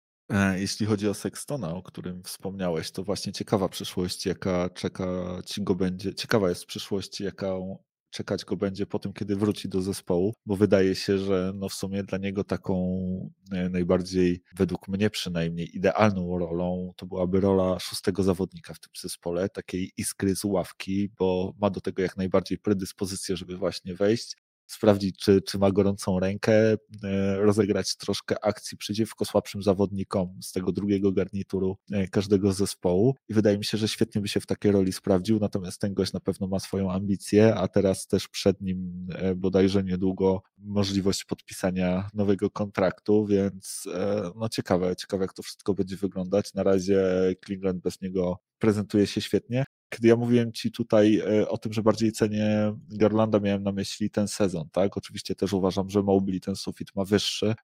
Jeśli chodzi o Sextona, o którym wspomniałeś, to właśnie ciekawa przyszłość, jaka czeka ci go będzie, ciekawa jest przyszłość, jaką czekać go będzie po tym, kiedy wróci do zespołu, bo wydaje się, że no w sumie dla niego taką najbardziej, według mnie przynajmniej, idealną rolą to byłaby rola szóstego zawodnika w tym zespole, takiej iskry z ławki, bo ma do tego jak najbardziej predyspozycję, żeby właśnie wejść, sprawdzić, czy, czy ma gorącą rękę, rozegrać troszkę akcji przeciwko słabszym zawodnikom z tego drugiego garnituru każdego zespołu i wydaje mi się, że świetnie by się w takiej roli sprawdził, natomiast ten gość na pewno ma swoją ambicję, a teraz też przed nim bodajże niedługo możliwość podpisania nowego kontraktu, więc no ciekawe, ciekawe jak to wszystko będzie wyglądać. Na razie Cleveland bez niego prezentuje się świetnie. Kiedy ja mówiłem ci tutaj o tym, że bardziej cenię Garlanda, miałem na myśli ten sezon, tak? Oczywiście też uważam, że Mobley ten sufit ma wyższy.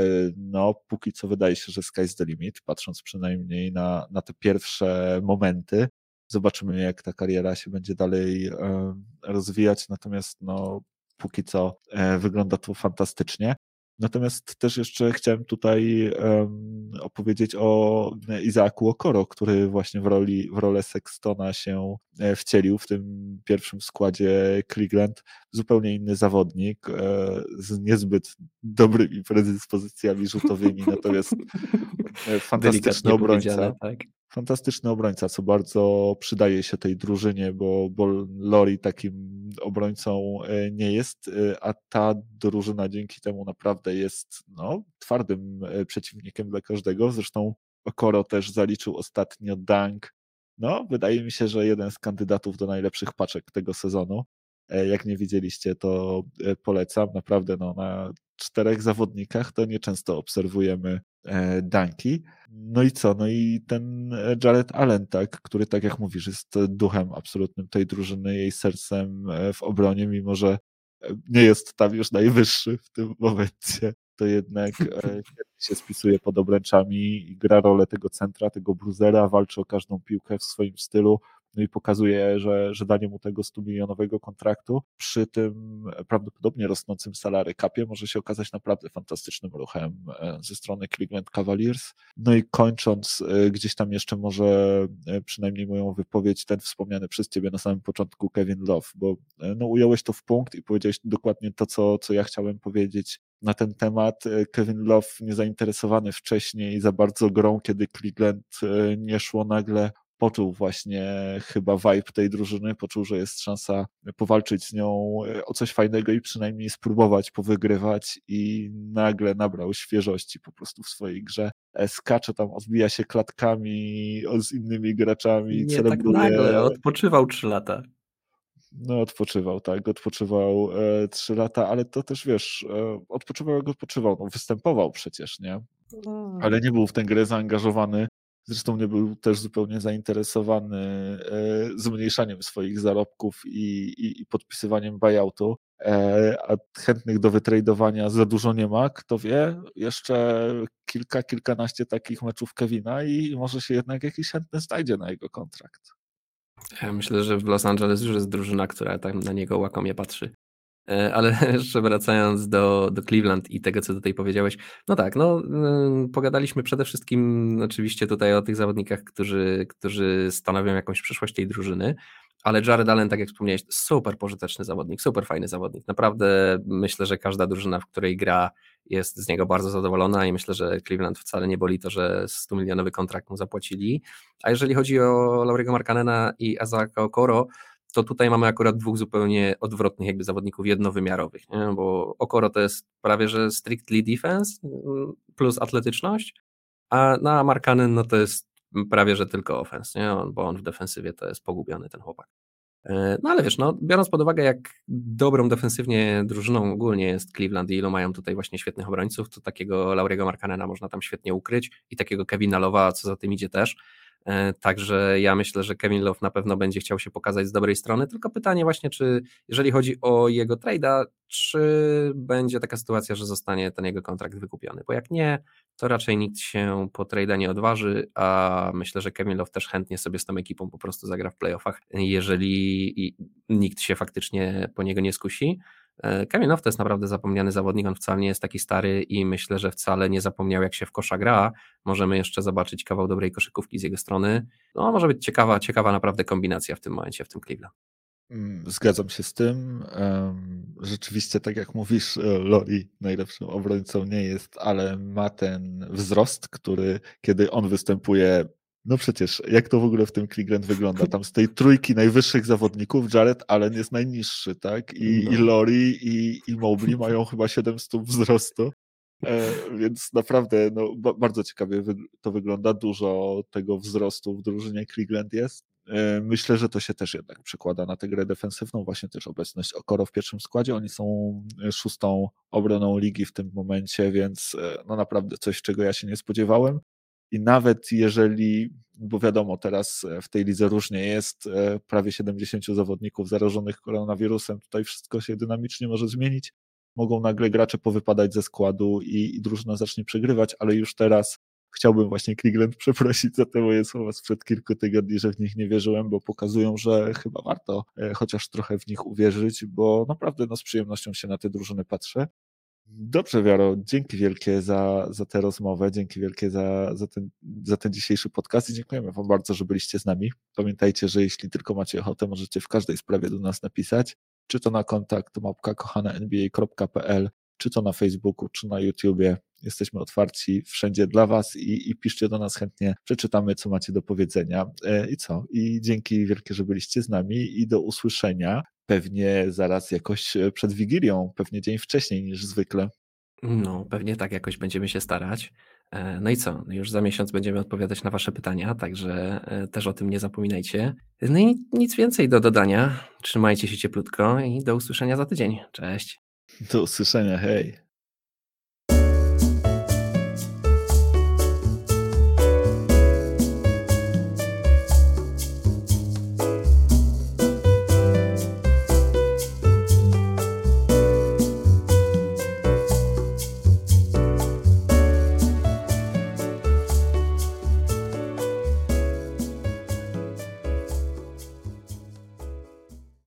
No, póki co wydaje się, że sky's the limit, patrząc przynajmniej na, na te pierwsze momenty. Zobaczymy, jak ta kariera się będzie dalej rozwijać, natomiast no, póki co wygląda to fantastycznie. Natomiast też jeszcze chciałem tutaj um, opowiedzieć o Izaaku Okoro, który właśnie w, roli, w rolę Sextona się wcielił w tym pierwszym składzie Cleveland. Zupełnie inny zawodnik e, z niezbyt dobrymi predyspozycjami rzutowymi, natomiast fantastyczny obrońca. Tak. Fantastyczny obrońca, co bardzo przydaje się tej drużynie, bo, bo Lori takim obrońcą nie jest, a ta drużyna dzięki temu naprawdę jest no, twardym przeciwnikiem dla każdego. Zresztą Okoro też zaliczył ostatnio dunk. No, wydaje mi się, że jeden z kandydatów do najlepszych paczek tego sezonu. Jak nie widzieliście, to polecam. Naprawdę no, na czterech zawodnikach to nieczęsto obserwujemy danki. No i co? No i ten Jared Allen, tak, który tak jak mówisz, jest duchem absolutnym tej drużyny, jej sercem w obronie, mimo że nie jest tam już najwyższy w tym momencie, to jednak się spisuje pod obręczami i gra rolę tego centra, tego bruzera, walczy o każdą piłkę w swoim stylu, no i pokazuje, że, że danie mu tego stu milionowego kontraktu przy tym prawdopodobnie rosnącym salary capie może się okazać naprawdę fantastycznym ruchem ze strony Cleveland Cavaliers. No i kończąc, gdzieś tam jeszcze może przynajmniej moją wypowiedź, ten wspomniany przez ciebie na samym początku Kevin Love, bo no, ująłeś to w punkt i powiedziałeś dokładnie to, co, co ja chciałem powiedzieć na ten temat. Kevin Love niezainteresowany wcześniej za bardzo grą, kiedy Cleveland nie szło, nagle poczuł właśnie chyba vibe tej drużyny, poczuł, że jest szansa powalczyć z nią o coś fajnego i przynajmniej spróbować powygrywać i nagle nabrał świeżości po prostu w swojej grze. Skacze tam, odbija się klatkami z innymi graczami, Nie tak celebruje. nagle, odpoczywał trzy lata. No odpoczywał, tak, odpoczywał e, trzy lata, ale to też wiesz, e, odpoczywał jak odpoczywał, no występował przecież, nie? Ale nie był w tę grę zaangażowany, zresztą nie był też zupełnie zainteresowany e, zmniejszaniem swoich zarobków i, i, i podpisywaniem buyoutu, e, a chętnych do wytradowania za dużo nie ma, kto wie, jeszcze kilka, kilkanaście takich meczów Kevina i może się jednak jakiś chętny znajdzie na jego kontrakt. Ja myślę, że w Los Angeles już jest drużyna, która tam na niego łakomie patrzy. Ale jeszcze wracając do, do Cleveland i tego, co tutaj powiedziałeś, no tak, no pogadaliśmy przede wszystkim oczywiście tutaj o tych zawodnikach, którzy, którzy stanowią jakąś przyszłość tej drużyny, ale Jared Allen, tak jak wspomniałeś, super pożyteczny zawodnik, super fajny zawodnik, naprawdę myślę, że każda drużyna, w której gra, jest z niego bardzo zadowolona i myślę, że Cleveland wcale nie boli to, że stu milionowy kontrakt mu zapłacili, a jeżeli chodzi o Lauriego Markkanena i Isaaca Okoro, to tutaj mamy akurat dwóch zupełnie odwrotnych jakby zawodników jednowymiarowych, nie? Bo Okoro to jest prawie, że strictly defense plus atletyczność, a na Markkanen no to jest prawie, że tylko offense, nie? On, bo on w defensywie to jest pogubiony ten chłopak. No ale wiesz, no, biorąc pod uwagę, jak dobrą defensywnie drużyną ogólnie jest Cleveland i ilu mają tutaj właśnie świetnych obrońców, to takiego Lauriego Markkanena można tam świetnie ukryć i takiego Kevina Love'a, co za tym idzie też. Także ja myślę, że Kevin Love na pewno będzie chciał się pokazać z dobrej strony, tylko pytanie właśnie, czy jeżeli chodzi o jego trade'a, czy będzie taka sytuacja, że zostanie ten jego kontrakt wykupiony, bo jak nie, to raczej nikt się po trade'a nie odważy, a myślę, że Kevin Love też chętnie sobie z tą ekipą po prostu zagra w playoffach, jeżeli nikt się faktycznie po niego nie skusi. Kevin Love to jest naprawdę zapomniany zawodnik, on wcale nie jest taki stary i myślę, że wcale nie zapomniał, jak się w kosza gra. Możemy jeszcze zobaczyć kawał dobrej koszykówki z jego strony. No może być ciekawa, ciekawa naprawdę kombinacja w tym momencie, w tym Cleveland. Zgadzam się z tym. Rzeczywiście, tak jak mówisz, Lori najlepszym obrońcą nie jest, ale ma ten wzrost, który kiedy on występuje, no przecież jak to w ogóle w tym Cleveland wygląda? Tam z tej trójki najwyższych zawodników Jared Allen jest najniższy, tak? I, no. i Lori i, i Mobley mają chyba siedem stóp wzrostu. E, więc naprawdę no, ba- bardzo ciekawie wy- to wygląda. Dużo tego wzrostu w drużynie Cleveland jest. E, myślę, że to się też jednak przekłada na tę grę defensywną. Właśnie też obecność Okoro w pierwszym składzie. Oni są szóstą obroną ligi w tym momencie, więc e, no naprawdę coś, czego ja się nie spodziewałem. I nawet jeżeli, bo wiadomo, teraz w tej lidze różnie jest, e, prawie siedemdziesięciu zawodników zarażonych koronawirusem, tutaj wszystko się dynamicznie może zmienić. Mogą nagle gracze powypadać ze składu i, i drużyna zacznie przegrywać, ale już teraz chciałbym właśnie Cleveland przeprosić za te moje słowa sprzed kilku tygodni, że w nich nie wierzyłem, bo pokazują, że chyba warto e, chociaż trochę w nich uwierzyć, bo naprawdę no, z przyjemnością się na te drużyny patrzę. Dobrze, Wiaro, dzięki wielkie za, za tę rozmowę, dzięki wielkie za, za, ten, za ten dzisiejszy podcast i dziękujemy Wam bardzo, że byliście z nami. Pamiętajcie, że jeśli tylko macie ochotę, możecie w każdej sprawie do nas napisać, czy to na kontakt małpka kochane n b a kropka p l, czy to na Facebooku, czy na YouTubie. Jesteśmy otwarci wszędzie dla Was i, i piszcie do nas chętnie, przeczytamy, co macie do powiedzenia. I co? I dzięki wielkie, że byliście z nami i do usłyszenia pewnie zaraz jakoś przed Wigilią, pewnie dzień wcześniej niż zwykle. No, pewnie tak jakoś będziemy się starać. E, No i co? Już za miesiąc będziemy odpowiadać na wasze pytania, także e, też o tym nie zapominajcie. No i nic więcej do dodania. Trzymajcie się cieplutko i do usłyszenia za tydzień. Cześć. Do usłyszenia, hej.